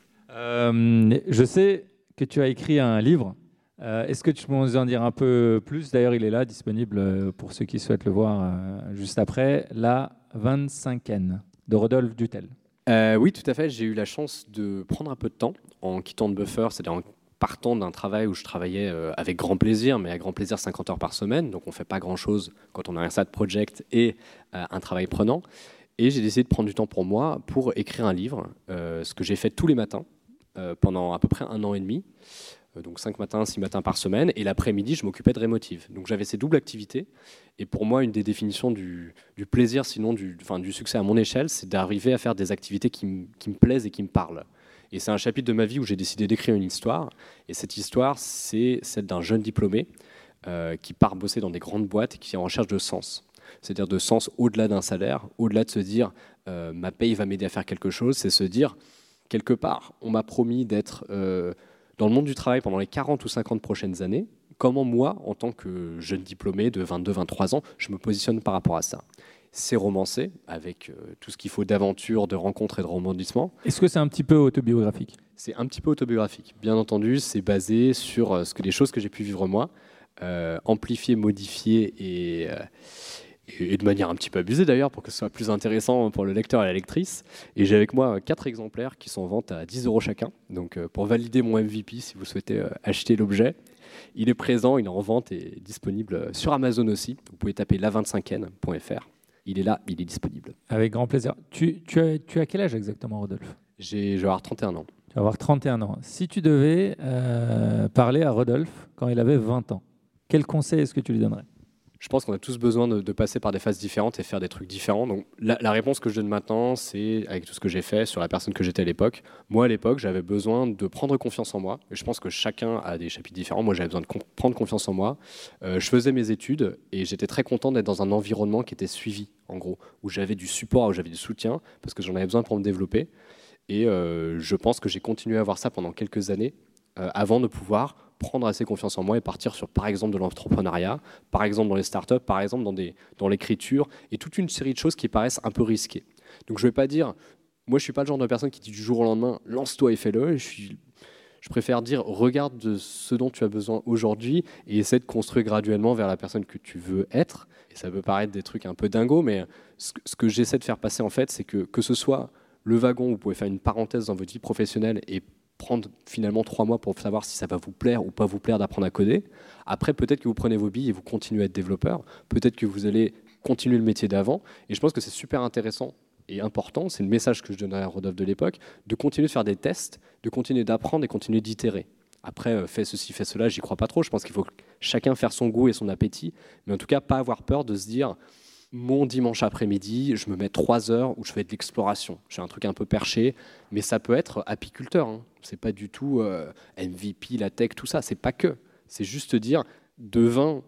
Euh, je sais que tu as écrit un livre. Euh, est-ce que tu peux nous en dire un peu plus? D'ailleurs, il est là, disponible pour ceux qui souhaitent le voir euh, juste après. La vingt-cinquaine de Rodolphe Dutel. Euh, oui, tout à fait. J'ai eu la chance de prendre un peu de temps en quittant de Buffer, c'est-à-dire en partant d'un travail où je travaillais euh, avec grand plaisir, mais à grand plaisir cinquante heures par semaine. Donc on ne fait pas grand-chose quand on a un side project et euh, un travail prenant. Et j'ai décidé de prendre du temps pour moi pour écrire un livre, euh, ce que j'ai fait tous les matins euh, pendant à peu près un an et demi. Donc cinq matins, six matins par semaine, et l'après-midi, je m'occupais de Remotive. Donc j'avais ces doubles activités, et pour moi, une des définitions du, du plaisir, sinon du, enfin, du succès à mon échelle, c'est d'arriver à faire des activités qui, m- qui me plaisent et qui me parlent. Et c'est un chapitre de ma vie où j'ai décidé d'écrire une histoire, et cette histoire, c'est celle d'un jeune diplômé euh, qui part bosser dans des grandes boîtes et qui est en recherche de sens. C'est-à-dire de sens au-delà d'un salaire, au-delà de se dire euh, ma paye va m'aider à faire quelque chose, c'est se dire, quelque part, on m'a promis d'être... Euh, dans le monde du travail pendant les quarante ou cinquante prochaines années, comment moi, en tant que jeune diplômé de vingt-deux vingt-trois ans, je me positionne par rapport à ça. C'est romancé, avec euh, tout ce qu'il faut d'aventure, de rencontres et de rebondissements. Est-ce que c'est un petit peu autobiographique? C'est un petit peu autobiographique. Bien entendu, c'est basé sur euh, ce que les choses que j'ai pu vivre moi, euh, amplifiées, modifiées et... Euh, et de manière un petit peu abusée d'ailleurs, pour que ce soit plus intéressant pour le lecteur et la lectrice. Et j'ai avec moi quatre exemplaires qui sont en vente à dix euros chacun. Donc euh, pour valider mon M V P, si vous souhaitez euh, acheter l'objet, il est présent, il est en vente et disponible sur Amazon aussi. Vous pouvez taper la vingt-cinquième point f r. Il est là, il est disponible. Avec grand plaisir. Tu, tu, as, tu as quel âge exactement, Rodolphe? J'ai, je vais avoir trente et un ans. Tu vas avoir trente et un ans. Si tu devais euh, parler à Rodolphe quand il avait vingt ans, quel conseil est-ce que tu lui donnerais? Je pense qu'on a tous besoin de, de passer par des phases différentes et faire des trucs différents. Donc la, la réponse que je donne maintenant, c'est avec tout ce que j'ai fait sur la personne que j'étais à l'époque. Moi, à l'époque, j'avais besoin de prendre confiance en moi. Et je pense que chacun a des chapitres différents. Moi, j'avais besoin de com- prendre confiance en moi. Euh, je faisais mes études et j'étais très content d'être dans un environnement qui était suivi, en gros, où j'avais du support, où j'avais du soutien, parce que j'en avais besoin pour me développer. Et euh, je pense que j'ai continué à avoir ça pendant quelques années, euh, avant de pouvoir prendre assez confiance en moi et partir sur, par exemple, de l'entrepreneuriat, par exemple dans les startups, par exemple dans, des, dans l'écriture, et toute une série de choses qui paraissent un peu risquées. Donc je ne vais pas dire, moi je ne suis pas le genre de personne qui dit du jour au lendemain, lance-toi et fais-le. Je, suis, je préfère dire, regarde de ce dont tu as besoin aujourd'hui et essaie de construire graduellement vers la personne que tu veux être. Et ça peut paraître des trucs un peu dingos, mais ce, ce que j'essaie de faire passer en fait, c'est que que ce soit le wagon, vous pouvez faire une parenthèse dans votre vie professionnelle et prendre finalement trois mois pour savoir si ça va vous plaire ou pas vous plaire d'apprendre à coder. Après, peut-être que vous prenez vos billes et vous continuez à être développeur. Peut-être que vous allez continuer le métier d'avant. Et je pense que c'est super intéressant et important, c'est le message que je donnerais à Rodolphe de l'époque, de continuer de faire des tests, de continuer d'apprendre et continuer d'itérer. Après, euh, fais ceci, fais cela, j'y crois pas trop. Je pense qu'il faut chacun faire son goût et son appétit. Mais en tout cas, pas avoir peur de se dire... Mon dimanche après-midi, je me mets trois heures où je fais de l'exploration. J'ai un truc un peu perché, mais ça peut être apiculteur. Hein. C'est pas du tout euh, M V P, la tech, tout ça. C'est pas que. C'est juste dire de vingt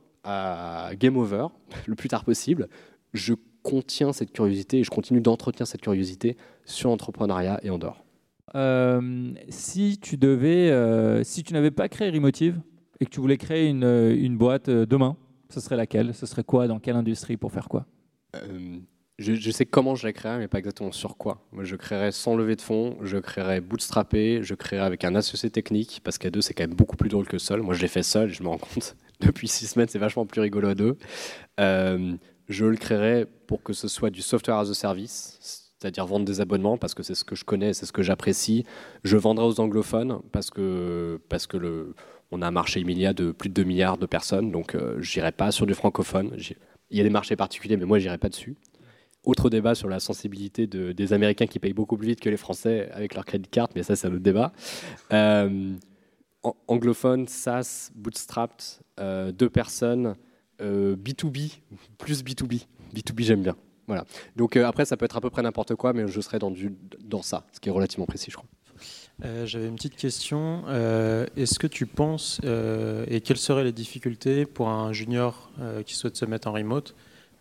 à game over, le plus tard possible. Je contiens cette curiosité et je continue d'entretenir cette curiosité sur l'entrepreneuriat et en dehors. Euh, si tu devais, euh, si tu n'avais pas créé Remotive et que tu voulais créer une, une boîte demain, ce serait laquelle? Ce serait quoi? Dans quelle industrie? Pour faire quoi? euh, je, je sais comment je la créerais, mais pas exactement sur quoi. Moi, je créerais sans levée de fonds, je créerais bootstrappé, je créerais avec un associé technique, parce qu'à deux, c'est quand même beaucoup plus drôle que seul. Moi, je l'ai fait seul et je me rends compte, depuis six semaines, c'est vachement plus rigolo à deux. Euh, je le créerais pour que ce soit du software as a service, c'est-à-dire vendre des abonnements parce que c'est ce que je connais, c'est ce que j'apprécie. Je vendrai aux anglophones parce que, parce que le, on a un marché immédiat de plus de deux milliards de personnes, donc euh, je n'irai pas sur du francophone. J'y... Il y a des marchés particuliers, mais moi, je n'irai pas dessus. Autre débat sur la sensibilité de, des Américains qui payent beaucoup plus vite que les Français avec leur crédit card, mais ça, c'est un autre débat. Euh, anglophone, SaaS, bootstrapped, euh, deux personnes, euh, B deux B, plus B deux B. B deux B, j'aime bien. Voilà. Donc euh, après, ça peut être à peu près n'importe quoi, mais je serai dans, du, dans ça, ce qui est relativement précis, je crois. Euh, j'avais une petite question. Euh, est-ce que tu penses, euh, et quelles seraient les difficultés pour un junior euh, qui souhaite se mettre en remote?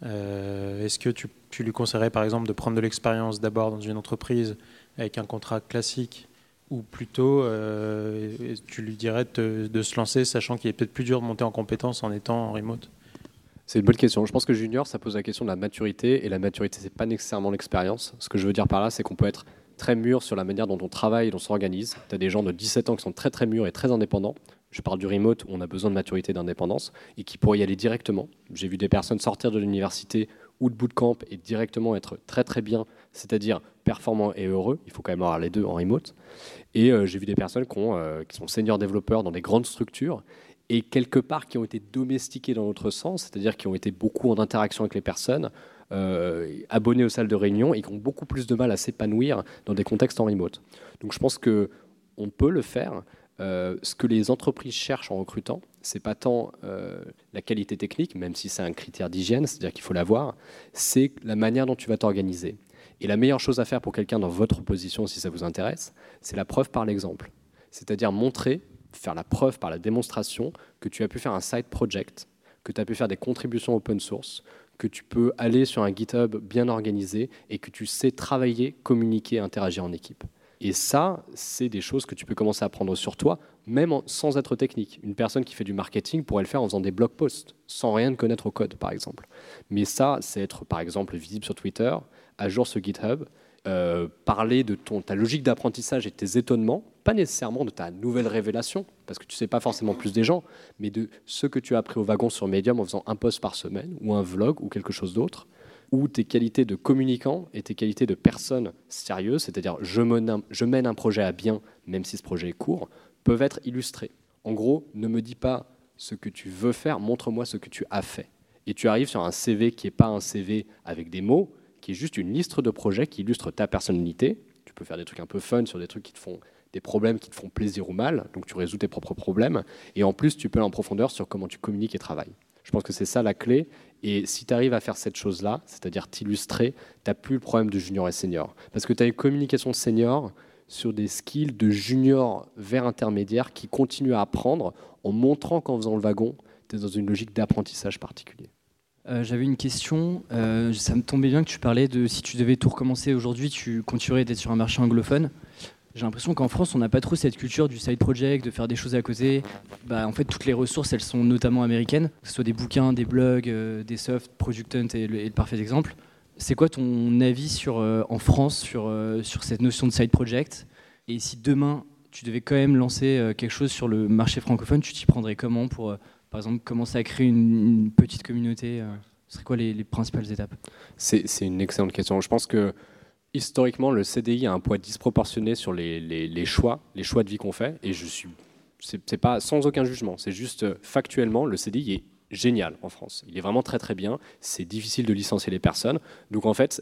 euh, Est-ce que tu, tu lui conseillerais par exemple de prendre de l'expérience d'abord dans une entreprise avec un contrat classique, ou plutôt euh, tu lui dirais de, de se lancer sachant qu'il est peut-être plus dur de monter en compétence en étant en remote? C'est une bonne question. Je pense que junior, ça pose la question de la maturité, et la maturité, c'est pas nécessairement l'expérience. Ce que je veux dire par là, c'est qu'on peut être très mûr sur la manière dont on travaille, dont on s'organise. Tu as des gens de dix-sept ans qui sont très très mûrs et très indépendants. Je parle du remote où on a besoin de maturité et d'indépendance et qui pourraient y aller directement. J'ai vu des personnes sortir de l'université ou de bootcamp et directement être très très bien, c'est-à-dire performants et heureux. Il faut quand même avoir les deux en remote. Et euh, j'ai vu des personnes qui, ont, euh, qui sont seniors développeurs dans des grandes structures et quelque part qui ont été domestiqués dans l'autre sens, c'est-à-dire qui ont été beaucoup en interaction avec les personnes, euh, abonnés aux salles de réunion et qui ont beaucoup plus de mal à s'épanouir dans des contextes en remote. Donc je pense qu'on peut le faire. Euh, ce que les entreprises cherchent en recrutant, c'est pas tant euh, la qualité technique, même si c'est un critère d'hygiène, c'est-à-dire qu'il faut l'avoir, c'est la manière dont tu vas t'organiser. Et la meilleure chose à faire pour quelqu'un dans votre position, si ça vous intéresse, c'est la preuve par l'exemple. C'est-à-dire montrer, faire la preuve par la démonstration que tu as pu faire un side project, que tu as pu faire des contributions open source, que tu peux aller sur un GitHub bien organisé et que tu sais travailler, communiquer, interagir en équipe. Et ça, c'est des choses que tu peux commencer à apprendre sur toi, même en, sans être technique. Une personne qui fait du marketing pourrait le faire en faisant des blog posts, sans rien connaître au code, par exemple. Mais ça, c'est être, par exemple, visible sur Twitter, à jour sur GitHub, euh, parler de ton, ta logique d'apprentissage et de tes étonnements, pas nécessairement de ta nouvelle révélation, parce que tu ne sais pas forcément plus des gens, mais de ce que tu as appris au wagon sur Medium en faisant un post par semaine, ou un vlog, ou quelque chose d'autre, où tes qualités de communicant et tes qualités de personne sérieuse, c'est-à-dire je mène, un, je mène un projet à bien, même si ce projet est court, peuvent être illustrées. En gros, ne me dis pas ce que tu veux faire, montre-moi ce que tu as fait. Et tu arrives sur un C V qui n'est pas un C V avec des mots, qui est juste une liste de projets qui illustre ta personnalité. Tu peux faire des trucs un peu fun sur des trucs qui te font des problèmes qui te font plaisir ou mal, donc tu résous tes propres problèmes. Et en plus, tu peux aller en profondeur sur comment tu communiques et travailles. Je pense que c'est ça la clé. Et si tu arrives à faire cette chose-là, c'est-à-dire t'illustrer, tu n'as plus le problème de junior et senior. Parce que tu as une communication senior sur des skills de junior vers intermédiaire qui continuent à apprendre en montrant qu'en faisant le wagon, tu es dans une logique d'apprentissage particulier. Euh, j'avais une question. Euh, ça me tombait bien que tu parlais de si tu devais tout recommencer aujourd'hui, tu continuerais d'être sur un marché anglophone. J'ai l'impression qu'en France, on n'a pas trop cette culture du side project, de faire des choses à côté. Bah, en fait, toutes les ressources, elles sont notamment américaines, que ce soit des bouquins, des blogs, euh, des softs, Product Hunt est le, est le parfait exemple. C'est quoi ton avis sur, euh, en France sur, euh, sur cette notion de side project? Et si demain, tu devais quand même lancer euh, quelque chose sur le marché francophone, tu t'y prendrais comment pour, euh, par exemple, commencer à créer une, une petite communauté euh, Ce serait quoi les, les principales étapes? C'est, c'est une excellente question. Je pense que historiquement, le C D I a un poids disproportionné sur les, les, les choix, les choix de vie qu'on fait. Et je suis, c'est, c'est pas sans aucun jugement. C'est juste factuellement, le C D I est génial en France. Il est vraiment très très bien. C'est difficile de licencier les personnes. Donc en fait,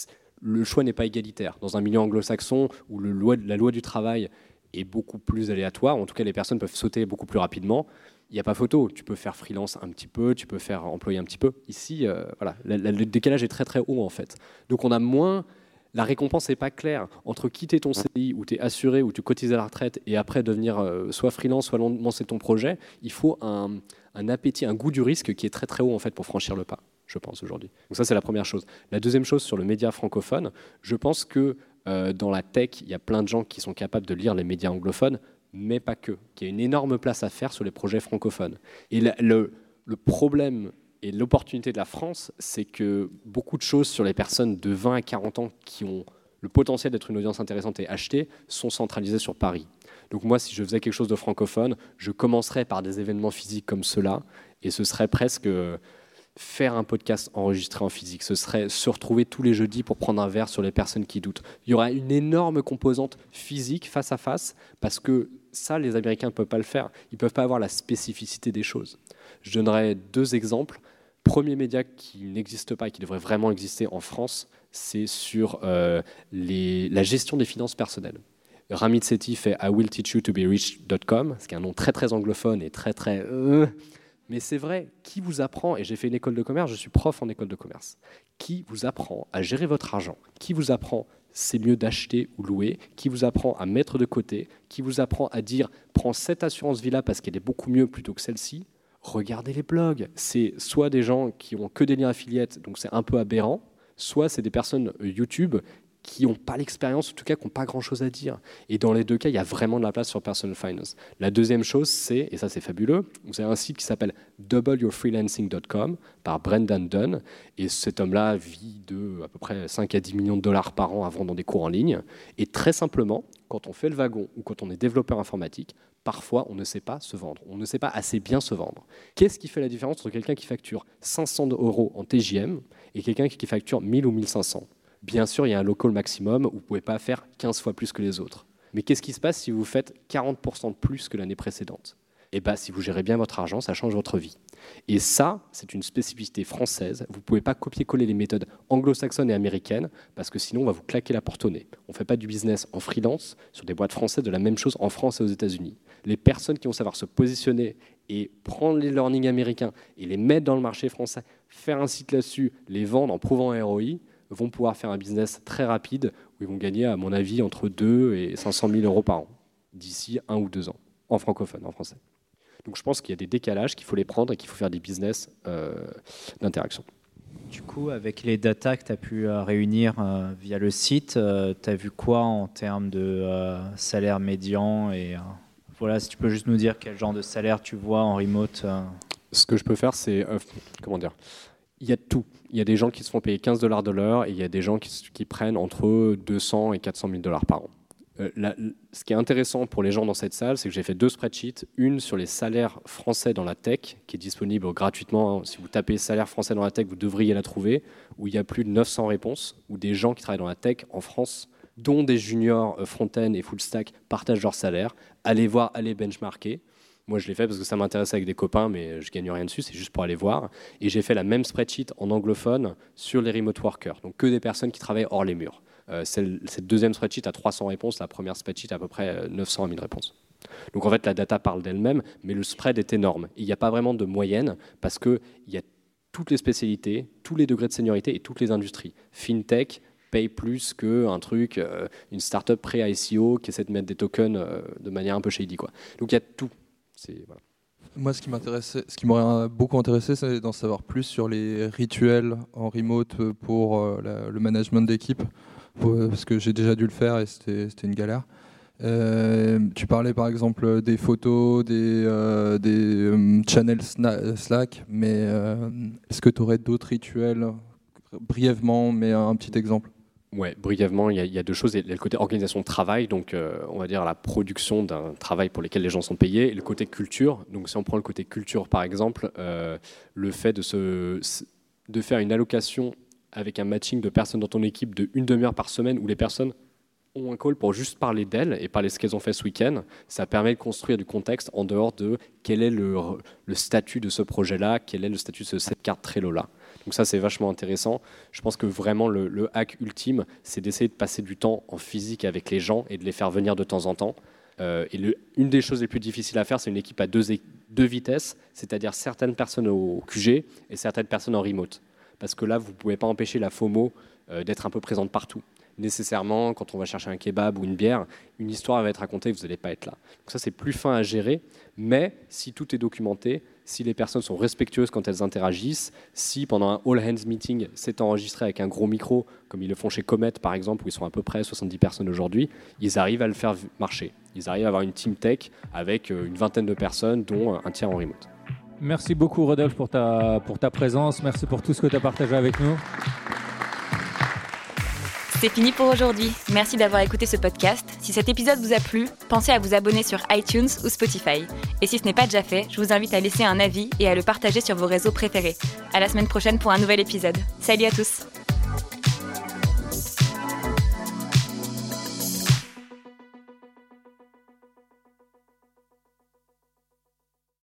le choix n'est pas égalitaire. Dans un milieu anglo-saxon où le loi, la loi du travail est beaucoup plus aléatoire, en tout cas les personnes peuvent sauter beaucoup plus rapidement. Il n'y a pas photo. Tu peux faire freelance un petit peu, tu peux faire employé un petit peu. Ici, euh, voilà, la, la, le décalage est très très haut en fait. Donc on a moins. La récompense n'est pas claire entre quitter ton C D I où tu es assuré, où tu cotises à la retraite et après devenir euh, soit freelance, soit lancer ton projet. Il faut un, un appétit, un goût du risque qui est très très haut en fait pour franchir le pas, je pense aujourd'hui. Donc ça c'est la première chose. La deuxième chose sur le média francophone, je pense que euh, dans la tech, il y a plein de gens qui sont capables de lire les médias anglophones, mais pas que. Qu'il y a une énorme place à faire sur les projets francophones. Et la, le, le problème et l'opportunité de la France, c'est que beaucoup de choses sur les personnes de vingt à quarante ans qui ont le potentiel d'être une audience intéressante et achetée sont centralisées sur Paris. Donc moi, si je faisais quelque chose de francophone, je commencerais par des événements physiques comme ceux-là, et ce serait presque faire un podcast enregistré en physique. Ce serait se retrouver tous les jeudis pour prendre un verre sur les personnes qui doutent. Il y aura une énorme composante physique face à face, parce que ça, les Américains ne peuvent pas le faire. Ils ne peuvent pas avoir la spécificité des choses. Je donnerai deux exemples. Premier média qui n'existe pas et qui devrait vraiment exister en France, c'est sur euh, les, la gestion des finances personnelles. Ramit Sethi fait I will teach you to be rich dot com, ce qui est un nom très très anglophone et très très... Euh, mais c'est vrai, qui vous apprend, et j'ai fait une école de commerce, je suis prof en école de commerce, qui vous apprend à gérer votre argent, qui vous apprend c'est mieux d'acheter ou louer, qui vous apprend à mettre de côté, qui vous apprend à dire prends cette assurance vie-là parce qu'elle est beaucoup mieux plutôt que celle-ci. Regardez les blogs, c'est soit des gens qui ont que des liens affiliates, donc c'est un peu aberrant, soit c'est des personnes YouTube qui n'ont pas l'expérience, en tout cas qui n'ont pas grand-chose à dire. Et dans les deux cas, il y a vraiment de la place sur Personal Finance. La deuxième chose, c'est, et ça c'est fabuleux, vous avez un site qui s'appelle double your freelancing dot com par Brendan Dunn, et cet homme-là vit de à peu près cinq à dix millions de dollars par an à vendre dans des cours en ligne. Et très simplement, quand on fait le wagon ou quand on est développeur informatique, parfois on ne sait pas se vendre, on ne sait pas assez bien se vendre. Qu'est-ce qui fait la différence entre quelqu'un qui facture cinq cents euros en T J M et quelqu'un qui facture mille ou mille cinq cents ? Bien sûr, il y a un local maximum où vous ne pouvez pas faire quinze fois plus que les autres. Mais qu'est-ce qui se passe si vous faites quarante pour cent de plus que l'année précédente ? Eh bien, si vous gérez bien votre argent, ça change votre vie. Et ça, c'est une spécificité française. Vous ne pouvez pas copier-coller les méthodes anglo-saxonnes et américaines parce que sinon, on va vous claquer la porte au nez. On ne fait pas du business en freelance sur des boîtes françaises de la même chose en France et aux États-Unis. Les personnes qui vont savoir se positionner et prendre les learnings américains et les mettre dans le marché français, faire un site là-dessus, les vendre en prouvant un R O I, vont pouvoir faire un business très rapide où ils vont gagner, à mon avis, entre deux et cinq cent mille euros par an d'ici un ou deux ans, en francophone, en français. Donc je pense qu'il y a des décalages, qu'il faut les prendre et qu'il faut faire des business euh, d'interaction. Du coup, avec les data que tu as pu euh, réunir euh, via le site, euh, tu as vu quoi en termes de euh, salaire médian et, euh, voilà, si tu peux juste nous dire quel genre de salaire tu vois en remote. Euh. Ce que je peux faire, c'est... Euh, comment dire ? Il y a tout. Il y a des gens qui se font payer quinze dollars de l'heure et il y a des gens qui, qui prennent entre deux cents et quatre cent mille dollars par an. Euh, la, ce qui est intéressant pour les gens dans cette salle, c'est que j'ai fait deux spreadsheets. Une sur les salaires français dans la tech, qui est disponible gratuitement. Si vous tapez salaire français dans la tech, vous devriez la trouver, où il y a plus de neuf cents réponses, où des gens qui travaillent dans la tech en France, dont des juniors front-end et full stack, partagent leur salaire. Allez voir, allez benchmarker. Moi, je l'ai fait parce que ça m'intéressait avec des copains, mais je ne gagne rien dessus, c'est juste pour aller voir. Et j'ai fait la même spreadsheet en anglophone sur les remote workers, donc que des personnes qui travaillent hors les murs. Euh, cette deuxième spreadsheet a trois cents réponses, la première spreadsheet a à peu près neuf cents à mille réponses. Donc en fait, la data parle d'elle-même, mais le spread est énorme. Il n'y a pas vraiment de moyenne parce qu'il y a toutes les spécialités, tous les degrés de seniorité et toutes les industries. FinTech paye plus qu'un truc, euh, une startup pré-I C O qui essaie de mettre des tokens euh, de manière un peu shady, quoi. Donc il y a tout. C'est, voilà. Moi, ce qui m'intéressait, ce qui m'aurait beaucoup intéressé, c'est d'en savoir plus sur les rituels en remote pour euh, la, le management d'équipe, pour, parce que j'ai déjà dû le faire et c'était, c'était une galère. Euh, tu parlais par exemple des photos, des, euh, des euh, channels Slack, mais euh, est-ce que tu aurais d'autres rituels, brièvement, mais un petit exemple ? Ouais, brièvement, il y, a, il y a deux choses. Il y a le côté organisation de travail, donc euh, on va dire la production d'un travail pour lequel les gens sont payés, et le côté culture. Donc si on prend le côté culture par exemple, euh, le fait de, se, de faire une allocation avec un matching de personnes dans ton équipe de une demi-heure par semaine où les personnes ont un call pour juste parler d'elles et parler de ce qu'elles ont fait ce week-end, ça permet de construire du contexte en dehors de quel est le, le statut de ce projet-là, quel est le statut de cette carte Trello-là. Donc ça, c'est vachement intéressant. Je pense que vraiment, le, le hack ultime, c'est d'essayer de passer du temps en physique avec les gens et de les faire venir de temps en temps. Euh, et le, une des choses les plus difficiles à faire, c'est une équipe à deux, deux vitesses, c'est-à-dire certaines personnes au Q G et certaines personnes en remote. Parce que là, vous ne pouvez pas empêcher la FOMO euh, d'être un peu présente partout. Nécessairement, quand on va chercher un kebab ou une bière, une histoire va être racontée et vous n'allez pas être là. Donc ça, c'est plus fin à gérer, mais si tout est documenté, si les personnes sont respectueuses quand elles interagissent, si pendant un all hands meeting, c'est enregistré avec un gros micro, comme ils le font chez Comet par exemple, où ils sont à peu près soixante-dix personnes aujourd'hui, ils arrivent à le faire marcher. Ils arrivent à avoir une team tech avec une vingtaine de personnes, dont un tiers en remote. Merci beaucoup Rodolphe pour ta, pour ta présence, merci pour tout ce que tu as partagé avec nous. C'est fini pour aujourd'hui. Merci d'avoir écouté ce podcast. Si cet épisode vous a plu, pensez à vous abonner sur iTunes ou Spotify. Et si ce n'est pas déjà fait, je vous invite à laisser un avis et à le partager sur vos réseaux préférés. À la semaine prochaine pour un nouvel épisode. Salut à tous!